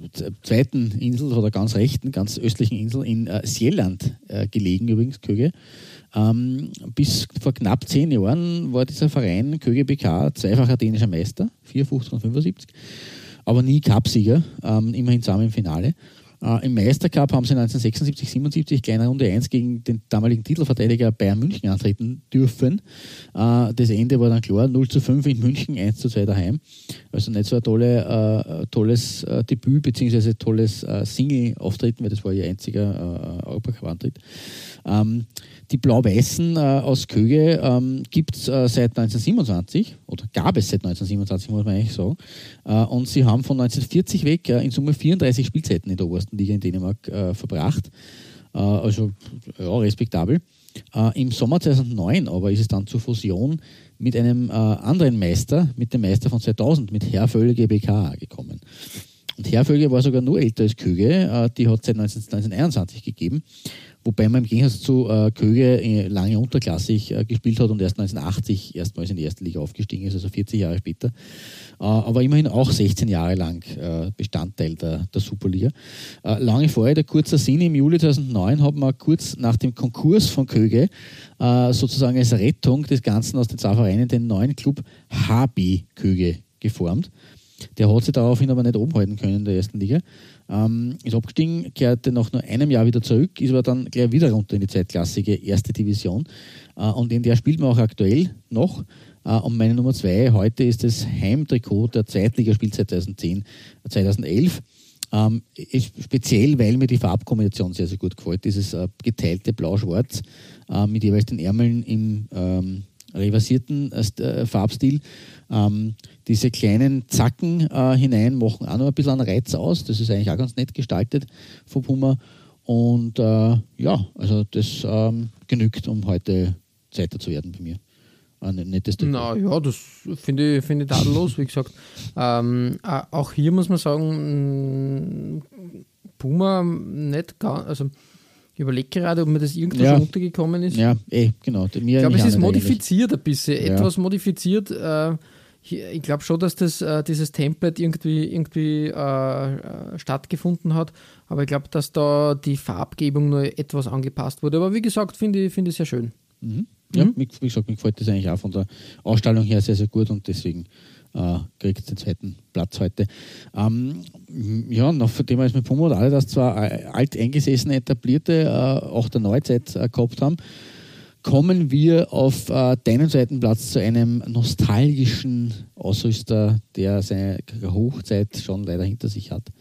zweiten Insel, von der ganz rechten, ganz östlichen Insel in äh, Sjælland äh, gelegen übrigens, Køge. Ähm, bis vor knapp zehn Jahren war dieser Verein Køge B K zweifacher dänischer Meister, vierundfünfzig und fünfundsiebzig, aber nie Cupsieger, ähm, immerhin zusammen im Finale. Äh, Im Meistercup haben sie neunzehnhundertsechsundsiebzig, siebenundsiebzig kleine Runde eins gegen den damaligen Titelverteidiger Bayern München antreten dürfen. Äh, das Ende war dann klar, null zu fünf in München, eins zu zwei daheim. Also nicht so ein tolle, äh, tolles äh, Debüt bzw. tolles äh, Single-Auftreten, weil das war ihr einziger äh, Europacup-Antritt. Ähm, die Blau-Weißen äh, aus Køge ähm, gibt es äh, seit neunzehnhundertsiebenundzwanzig oder gab es seit neunzehnhundertsiebenundzwanzig, muss man eigentlich sagen. Äh, und sie haben von neunzehnhundertvierzig weg äh, in Summe vierunddreißig Spielzeiten in der obersten Liga in Dänemark äh, verbracht. Äh, also ja, respektabel. Äh, Im Sommer zweitausendneun aber ist es dann zur Fusion mit einem äh, anderen Meister, mit dem Meister von zweitausend, mit Herfølge B K gekommen. Und Herfølge war sogar nur älter als Køge, äh, die hat es seit neunzehnhunderteinundzwanzig gegeben. Wobei man im Gegensatz zu äh, Køge lange unterklassig äh, gespielt hat und erst neunzehnhundertachtzig erstmals in die erste Liga aufgestiegen ist, also vierzig Jahre später. Äh, aber immerhin auch sechzehn Jahre lang äh, Bestandteil der, der Superliga. Äh, lange vorher, der kurze Sinn, im Juli zweitausendneun hat man kurz nach dem Konkurs von Køge äh, sozusagen als Rettung des Ganzen aus den zwei Vereinen den neuen Club H B Køge geformt. Der hat sich daraufhin aber nicht oben halten können in der ersten Liga. Ähm, ist abgestiegen, kehrte nach nur einem Jahr wieder zurück, ist aber dann gleich wieder runter in die zweitklassige erste Division. Äh, und in der spielt man auch aktuell noch. Äh, und meine Nummer zwei heute ist das Heimtrikot der Zweitligaspielzeit zweitausendzehn zweitausendelf. Ähm, speziell, weil mir die Farbkombination sehr, sehr gut gefällt. Dieses äh, geteilte Blau-Schwarz äh, mit jeweils den Ärmeln im ähm, reversierten äh, Farbstil. Ähm, diese kleinen Zacken äh, hinein machen auch noch ein bisschen einen Reiz aus. Das ist eigentlich auch ganz nett gestaltet von Puma. Und äh, ja, also das ähm, genügt, um heute Zweiter zu werden bei mir. Ein nettes Trikot. Na ja, das finde ich, find ich tadellos, wie gesagt. Ähm, auch hier muss man sagen, Puma nicht ganz, also ich überlege gerade, ob mir das irgendwo ja. schon untergekommen ist. Ja, eh, genau. Mir ich glaube, es ist nicht modifiziert eigentlich. Ein bisschen, ja. etwas modifiziert. Äh, ich glaube schon, dass das, äh, dieses Template irgendwie, irgendwie äh, stattgefunden hat, aber ich glaube, dass da die Farbgebung nur etwas angepasst wurde. Aber wie gesagt, finde ich, find ich sehr schön. Mhm. Ja, Mhm. wie wie gesagt, mir gefällt das eigentlich auch von der Ausstrahlung her sehr, sehr gut und deswegen äh, kriegt es den zweiten Platz heute. Ähm, ja, noch von dem, als mit Pummo und alle das zwar alteingesessene, etablierte äh, auch der Neuzeit äh, gehabt haben, kommen wir auf äh, deinen zweiten Platz zu einem nostalgischen Ausrüster, der seine Hochzeit schon leider hinter sich hat.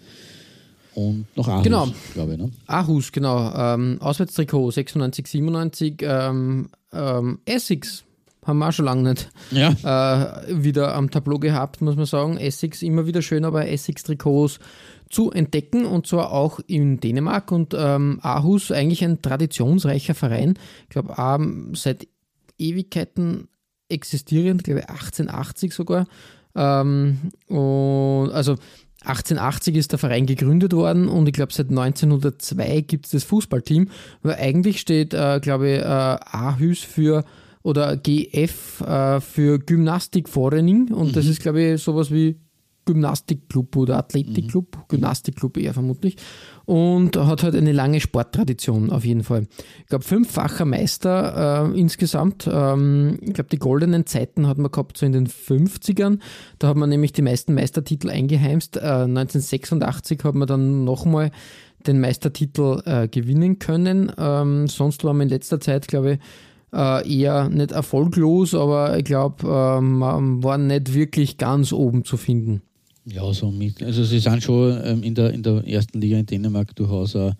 Und noch Aarhus, Genau. glaube ich. Ne? Aarhus, genau. Ähm, Auswärtstrikot sechsundneunzig, siebenundneunzig. Ähm, ähm, Essex haben wir auch schon lange nicht Ja. äh, wieder am Tableau gehabt, muss man sagen. Essex immer wieder schön, aber Essex-Trikots zu entdecken und zwar auch in Dänemark und ähm, Aarhus eigentlich ein traditionsreicher Verein. Ich glaube, ähm, seit Ewigkeiten existierend, glaube ich achtzehnhundertachtzig sogar. Ähm, und also achtzehnhundertachtzig ist der Verein gegründet worden und ich glaube seit neunzehnhundertzwei gibt es das Fußballteam, weil eigentlich steht, äh, glaube ich, äh, Aarhus für oder G F äh, für Gymnastikverening und mhm. das ist, glaube ich, sowas wie Gymnastikclub oder Athletikclub, mhm. Gymnastikclub eher vermutlich und hat halt eine lange Sporttradition auf jeden Fall. Ich glaube, fünffacher Meister äh, insgesamt. Ähm, ich glaube, die goldenen Zeiten hat man gehabt so in den fünfzigern. Da hat man nämlich die meisten Meistertitel eingeheimst. Äh, neunzehnhundertsechsundachtzig hat man dann nochmal den Meistertitel äh, gewinnen können. Ähm, sonst war man in letzter Zeit, glaube ich, äh, eher nicht erfolglos, aber ich glaube, äh, man war nicht wirklich ganz oben zu finden. Ja, so mit. Also sie sind schon ähm, in, der, in der ersten Liga in Dänemark durchaus äh,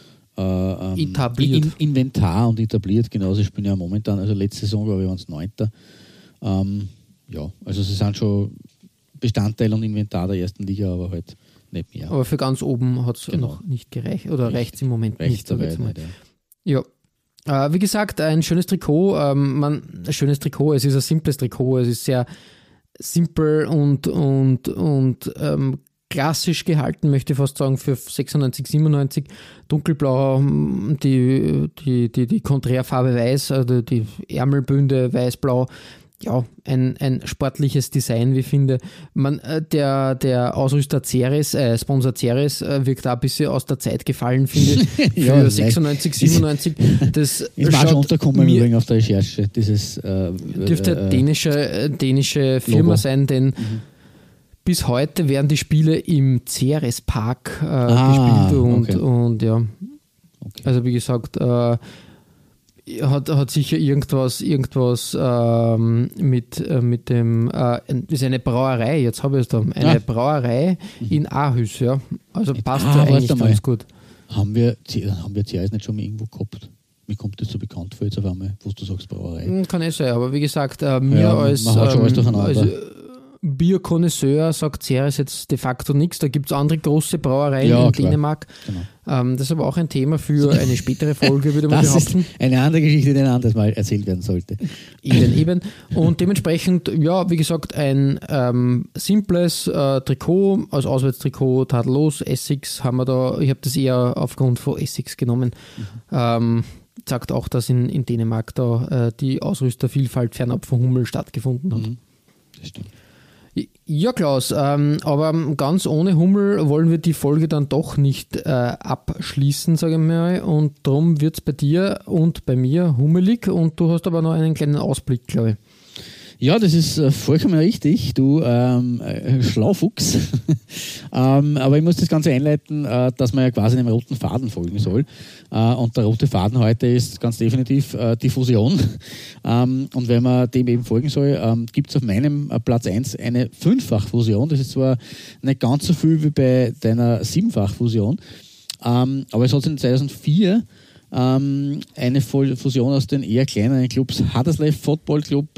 ähm, etabliert. In, Inventar und etabliert, genau, sie spielen ja momentan, also letzte Saison, glaube ich, waren es Neunter. Ähm, ja, also sie sind schon Bestandteil und Inventar der ersten Liga, aber halt nicht mehr. Aber für ganz oben hat es Genau. noch nicht gereicht oder reicht es im Moment Reicht nicht. Sag ich jetzt mal. nicht, ja. Ja. Äh, wie gesagt, ein schönes Trikot, ähm, man, ein schönes Trikot, es ist ein simples Trikot, es ist sehr simpel und, und, und ähm, klassisch gehalten, möchte ich fast sagen, für sechsundneunzig, siebenundneunzig. Dunkelblau, die, die, die, die Konträrfarbe weiß, also die Ärmelbünde weiß-blau. Ja, ein, ein sportliches Design, wie ich finde. Man, äh, der, der Ausrüster Ceres, äh, Sponsor Ceres, äh, wirkt da ein bisschen aus der Zeit gefallen, finde ich. Für Ja, sechsundneunzig, siebenundneunzig. Das ist mir auch schon untergekommen im mir- Übrigen auf der Recherche. Dieses äh, Dürfte eine äh, dänische, äh, dänische Firma Logo. sein, denn mhm. bis heute werden die Spiele im Ceres Park äh, Ah, gespielt und, okay. und ja, Okay. also wie gesagt, äh, hat, hat sicher irgendwas, irgendwas ähm, mit, äh, mit dem, äh, ist eine Brauerei, jetzt habe ich es da, eine Ja. Brauerei in Aarhus, ja, also passt Ah, ja warte eigentlich mal. ganz gut. Haben wir, haben wir C Is nicht schon mal irgendwo gehabt? Mir kommt das so bekannt vor jetzt auf einmal, wo du sagst Brauerei. Hm, Kann eh sein, aber wie gesagt, äh, mir Ja, als, man haut schon alles ähm, durcheinander. als äh, Bierkonnoisseur sagt Ceres jetzt de facto nichts. Da gibt es andere große Brauereien Ja, in klar. Dänemark. Genau. Ähm, das ist aber auch ein Thema für eine spätere Folge, würde man Das ist behaupten. eine andere Geschichte, die ein anderes Mal erzählt werden sollte. Eben, eben. Und dementsprechend, ja, wie gesagt, ein ähm, simples äh, Trikot, als Auswärtstrikot, tadellos. Essex haben wir da, ich habe das eher aufgrund von Essex genommen. Mhm. Ähm, sagt auch, dass in, in Dänemark da äh, die Ausrüstervielfalt fernab von Hummel stattgefunden hat. Mhm. Das stimmt. Ja, Klaus, ähm, aber ganz ohne Hummel wollen wir die Folge dann doch nicht äh, abschließen, sage ich mal. Und darum wird es bei dir und bei mir hummelig. Und du hast aber noch einen kleinen Ausblick, glaube ich. Ja, das ist äh, vollkommen richtig, du ähm, äh, Schlaufuchs. ähm, aber ich muss das Ganze einleiten, äh, dass man ja quasi einem roten Faden folgen soll. Äh, und der rote Faden heute ist ganz definitiv äh, die Fusion. ähm, und wenn man dem eben folgen soll, ähm, gibt es auf meinem äh, Platz eins eine Fünffach-Fusion. Das ist zwar nicht ganz so viel wie bei deiner Siebenfach-Fusion, ähm, aber es hat in zweitausendvier ähm, eine Fusion aus den eher kleineren Clubs Haderslev Football Club,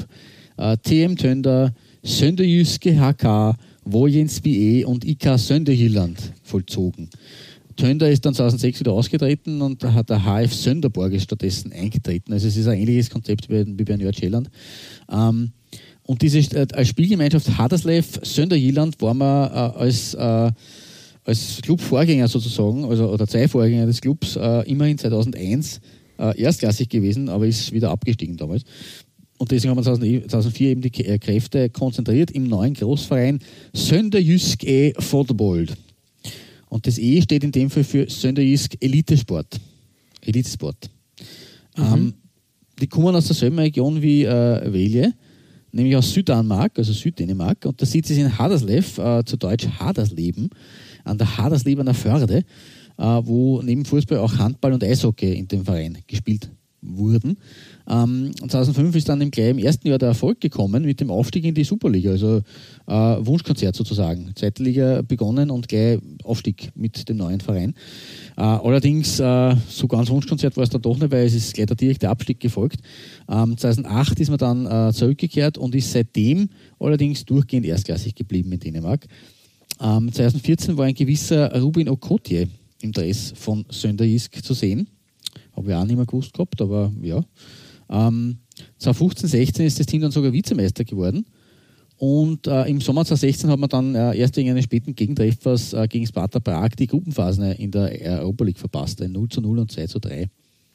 T M Tønder, Sønderjyske H K, Vojens B E und I K Sønderjylland vollzogen. Tønder ist dann zweitausendsechs wieder ausgetreten und hat der H F Sønderborg ist stattdessen eingetreten. Also es ist ein ähnliches Konzept wie bei Nordjylland. Ähm, und diese äh, als Spielgemeinschaft Haderslev Sønderjylland war man äh, als, äh, als Clubvorgänger sozusagen, also oder zwei Vorgänger des Clubs, äh, immerhin zweitausendeins äh, erstklassig gewesen, aber ist wieder abgestiegen damals. Und deswegen haben wir zweitausendvier eben die Kräfte konzentriert im neuen Großverein Sønderjyske Fotball. Und das E steht in dem Fall für Sønderjysk Elitesport. Elitesport. Mhm. Ähm, die kommen aus derselben Region wie äh, Velje, nämlich aus Süddanmark, also Süddänemark. Und der Sitz ist in Haderslev, äh, zu Deutsch Hadersleben, an der Haderslebener Förde, äh, wo neben Fußball auch Handball und Eishockey in dem Verein gespielt wurden. Ähm, zweitausendfünf ist dann im, gleich im ersten Jahr der Erfolg gekommen mit dem Aufstieg in die Superliga, also äh, Wunschkonzert sozusagen. Zweite Liga begonnen und gleich Aufstieg mit dem neuen Verein. Äh, allerdings, äh, so ganz Wunschkonzert war es dann doch nicht, weil es ist gleich der direkte Abstieg gefolgt. Ähm, zweitausendacht ist man dann äh, zurückgekehrt und ist seitdem allerdings durchgehend erstklassig geblieben in Dänemark. Ähm, zweitausendvierzehn war ein gewisser Rubin Okotje im Dress von Sønderjysk zu sehen. Habe ich auch nicht mehr gewusst gehabt, aber ja. Ähm, zweitausendfünfzehn sechzehn ist das Team dann sogar Vizemeister geworden. Und äh, im Sommer zweitausendsechzehn hat man dann äh, erst wegen eines späten Gegentreffers äh, gegen Sparta Prag die Gruppenphasen in der Europa League verpasst. Ein null zu null und zwei zu drei.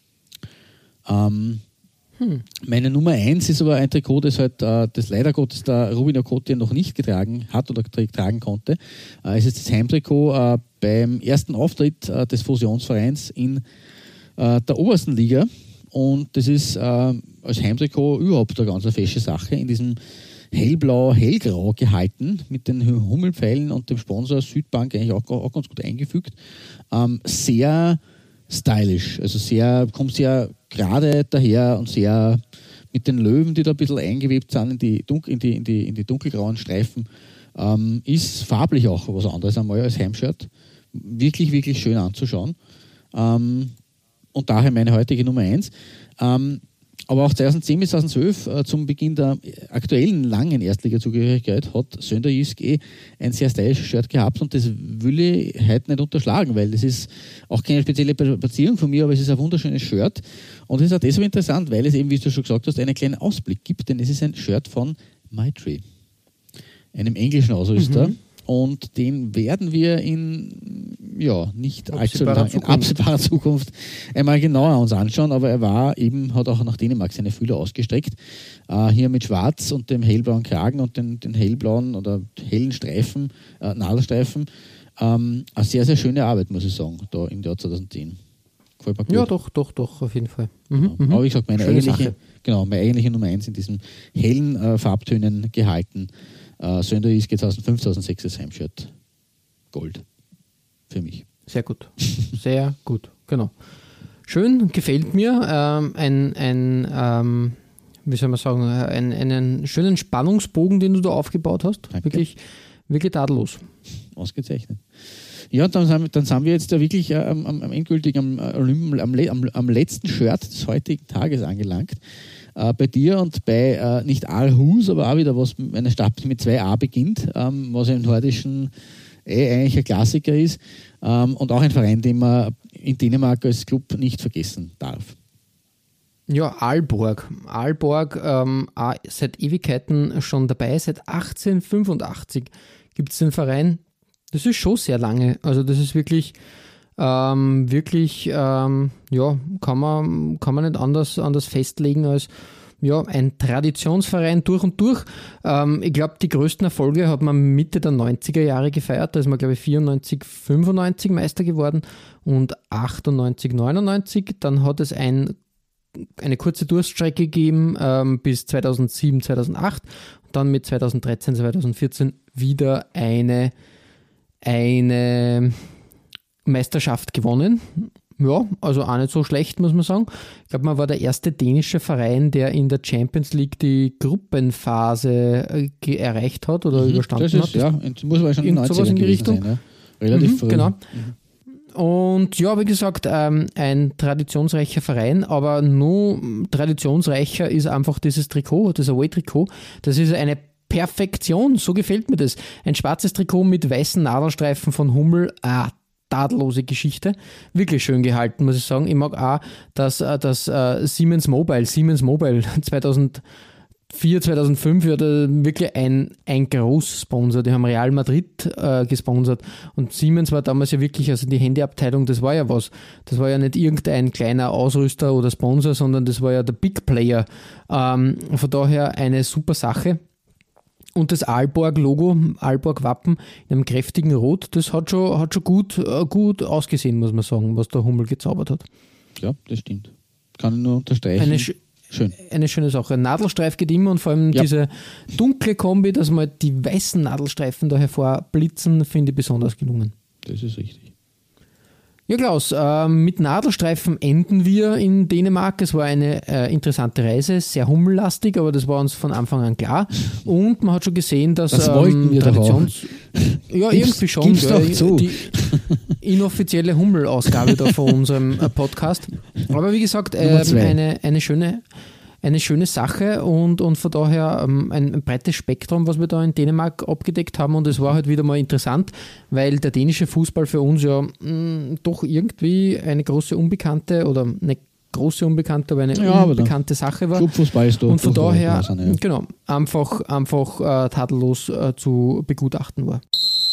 Ähm, hm. Meine Nummer eins ist aber ein Trikot, das halt äh, das leider Gottes der Rubin Okotje noch nicht getragen hat oder tragen konnte. Äh, es ist das Heimtrikot äh, beim ersten Auftritt äh, des Fusionsvereins in äh, der obersten Liga. Und das ist äh, als Heimtrikot überhaupt eine ganz fesche Sache. In diesem hellblau-hellgrau gehalten mit den Hummelpfeilen und dem Sponsor Südbank eigentlich auch, auch ganz gut eingefügt. Ähm, sehr stylisch, also sehr, kommt sehr gerade daher und sehr mit den Löwen, die da ein bisschen eingewebt sind in die, dunkel, in die, in die, in die dunkelgrauen Streifen. Ähm, ist farblich auch was anderes einmal als Heimshirt. Wirklich, wirklich schön anzuschauen. Ähm, und daher meine heutige Nummer eins. Ähm, aber auch zweitausendzehn bis zweitausendzwölf, äh, zum Beginn der aktuellen langen Erstliga-Zugehörigkeit, hat Sønderjysk eh ein sehr stylisches Shirt gehabt und das will ich heute nicht unterschlagen, weil das ist auch keine spezielle Platzierung von mir, aber es ist ein wunderschönes Shirt und es ist auch deshalb interessant, weil es eben, wie du schon gesagt hast, einen kleinen Ausblick gibt, denn es ist ein Shirt von Maitri, einem englischen Ausrüster. Mhm. Und den werden wir in, ja, nicht allzu lang, in absehbarer Zukunft einmal genauer uns anschauen, aber er war eben, hat auch nach Dänemark seine Fühler ausgestreckt. Äh, hier mit Schwarz und dem hellblauen Kragen und den, den hellblauen oder hellen Streifen, äh, Nadelstreifen. Ähm, eine sehr, sehr schöne Arbeit, muss ich sagen, da im Jahr zweitausendzehn. Gefällt mir gut. Ja, doch, doch, doch, auf jeden Fall. Mhm, genau. Aber wie gesagt, meine eigentliche, genau, meine eigentliche Nummer eins in diesen hellen äh, Farbtönen gehalten. Uh, Sønderjysk zweitausendfünf, zweitausendsechs das Heimshirt. Gold. Für mich. Sehr gut. Sehr gut, genau. Schön, gefällt mir. Ähm, ein, ein ähm, wie soll man sagen, ein, einen schönen Spannungsbogen, den du da aufgebaut hast. Danke. Wirklich, wirklich tadellos. Ausgezeichnet. Ja, dann sind, dann sind wir jetzt da wirklich äh, am, am endgültig am, am, am, am letzten Shirt des heutigen Tages angelangt. Äh, bei dir und bei äh, nicht Aarhus, aber auch wieder was, eine Stadt mit zwei A beginnt, ähm, was im Nordischen eh eigentlich ein Klassiker ist ähm, und auch ein Verein, den man in Dänemark als Club nicht vergessen darf. Ja, Aalborg. Aalborg ähm, seit Ewigkeiten schon dabei, seit achtzehnhundertfünfundachtzig gibt es den Verein. Das ist schon sehr lange, also das ist wirklich Ähm, wirklich, ähm, ja, kann man, kann man nicht anders, anders festlegen als ja, ein Traditionsverein durch und durch. Ähm, ich glaube, die größten Erfolge hat man Mitte der neunziger Jahre gefeiert. Da ist man, glaube ich, vierundneunzig, fünfundneunzig Meister geworden und achtundneunzig, neunundneunzig. Dann hat es ein, eine kurze Durststrecke gegeben ähm, bis zweitausendsieben, zweitausendacht. Und dann mit zweitausenddreizehn, zweitausendvierzehn wieder eine, eine Meisterschaft gewonnen. Ja, also auch nicht so schlecht, muss man sagen. Ich glaube, man war der erste dänische Verein, der in der Champions League die Gruppenphase äh, erreicht hat oder mhm, überstanden das ist, hat. Ja, muss man schon in sowas in die Richtung. Sein, ja. Relativ mhm, früh. Genau. Mhm. Und ja, wie gesagt, ähm, ein traditionsreicher Verein, aber nur traditionsreicher ist einfach dieses Trikot, das Away-Trikot. Das ist eine Perfektion, so gefällt mir das. Ein schwarzes Trikot mit weißen Nadelstreifen von Hummel, ah, tadellose Geschichte. Wirklich schön gehalten, muss ich sagen. Ich mag auch, dass das uh, Siemens Mobile, Siemens Mobile zweitausendvier, zweitausendfünf ja, wirklich ein, ein Großsponsor. Die haben Real Madrid uh, gesponsert und Siemens war damals ja wirklich, also die Handyabteilung, das war ja was. Das war ja nicht irgendein kleiner Ausrüster oder Sponsor, sondern das war ja der Big Player. Um, von daher eine super Sache. Und das Aalborg-Logo, Aalborg-Wappen in einem kräftigen Rot, das hat schon, hat schon gut, gut ausgesehen, muss man sagen, was der Hummel gezaubert hat. Ja, das stimmt. Kann ich nur unterstreichen. Eine sch- Schön. Eine schöne Sache. Nadelstreif geht immer und vor allem Ja. diese dunkle Kombi, dass mal die weißen Nadelstreifen da hervorblitzen, finde ich besonders gelungen. Das ist richtig. Ja, Klaus, äh, mit Nadelstreifen enden wir in Dänemark. Es war eine äh, interessante Reise, sehr hummellastig, aber das war uns von Anfang an klar. Und man hat schon gesehen, dass Das wollten wir doch Traditions... Ja, Gib's- irgendwie schon. gib's gell, doch zu. Die inoffizielle Hummel-Ausgabe da von unserem äh, Podcast. Aber wie gesagt, Nummer ähm, zwei. eine, eine schöne... Eine schöne Sache und, und von daher ähm, ein, ein breites Spektrum, was wir da in Dänemark abgedeckt haben, und es war halt wieder mal interessant, weil der dänische Fußball für uns ja mh, doch irgendwie eine große Unbekannte oder eine große Unbekannte, aber eine Ja, aber dann- unbekannte Sache war. Clubfußball ist da Und von durchaus daher, was an, ja. genau, einfach, einfach äh, tadellos äh, zu begutachten war.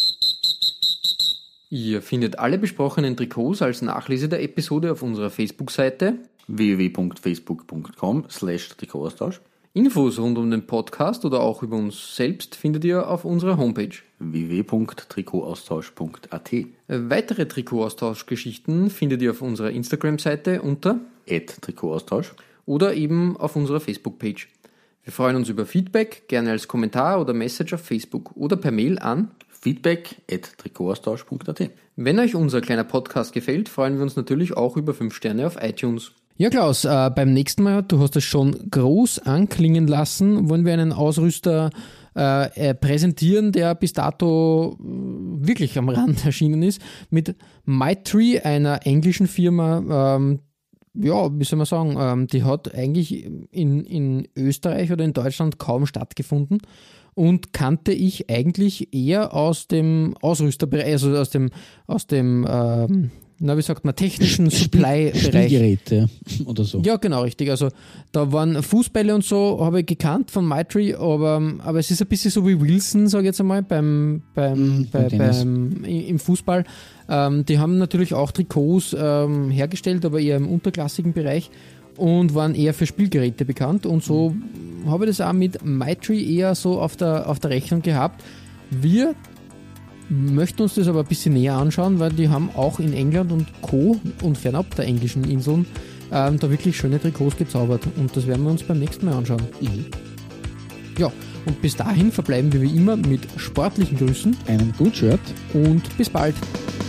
Ihr findet alle besprochenen Trikots als Nachlese der Episode auf unserer Facebook-Seite. w w w punkt facebook punkt com slash Trikotaustausch, Infos rund um den Podcast oder auch über uns selbst findet ihr auf unserer Homepage. w w w punkt trikotaustausch punkt a t, Weitere Trikotaustauschgeschichten findet ihr auf unserer Instagram-Seite unter at Trikotaustausch, oder eben auf unserer Facebook-Page. Wir freuen uns über Feedback, gerne als Kommentar oder Message auf Facebook oder per Mail an. feedback at Trikotaustausch punkt a t. Wenn euch unser kleiner Podcast gefällt, freuen wir uns natürlich auch über fünf Sterne auf iTunes. Ja, Klaus, äh, beim nächsten Mal, du hast es schon groß anklingen lassen, wollen wir einen Ausrüster äh, äh, präsentieren, der bis dato äh, wirklich am Rand erschienen ist, mit Maitri, einer englischen Firma. Ähm, ja, wie soll man sagen, ähm, die hat eigentlich in, in Österreich oder in Deutschland kaum stattgefunden und kannte ich eigentlich eher aus dem Ausrüsterbereich, also aus dem, aus dem ähm, na, wie sagt man, technischen Supply-Bereich. Spielgeräte oder so. Ja, genau, richtig. Also da waren Fußbälle und so, habe ich gekannt von Maitri, aber, aber es ist ein bisschen so wie Wilson, sage ich jetzt einmal, beim, beim, Mhm, bei, beim Tennis. beim, im Fußball. Ähm, die haben natürlich auch Trikots ähm, hergestellt, aber eher im unterklassigen Bereich und waren eher für Spielgeräte bekannt. Und so habe ich das auch mit Maitri eher so auf der, auf der Rechnung gehabt. Wir möchten uns das aber ein bisschen näher anschauen, weil die haben auch in England und Co. und fernab der englischen Inseln ähm, da wirklich schöne Trikots gezaubert. Und das werden wir uns beim nächsten Mal anschauen. Mhm. Ja, und bis dahin verbleiben wir wie immer mit sportlichen Grüßen Einen Good Shirt. und bis bald.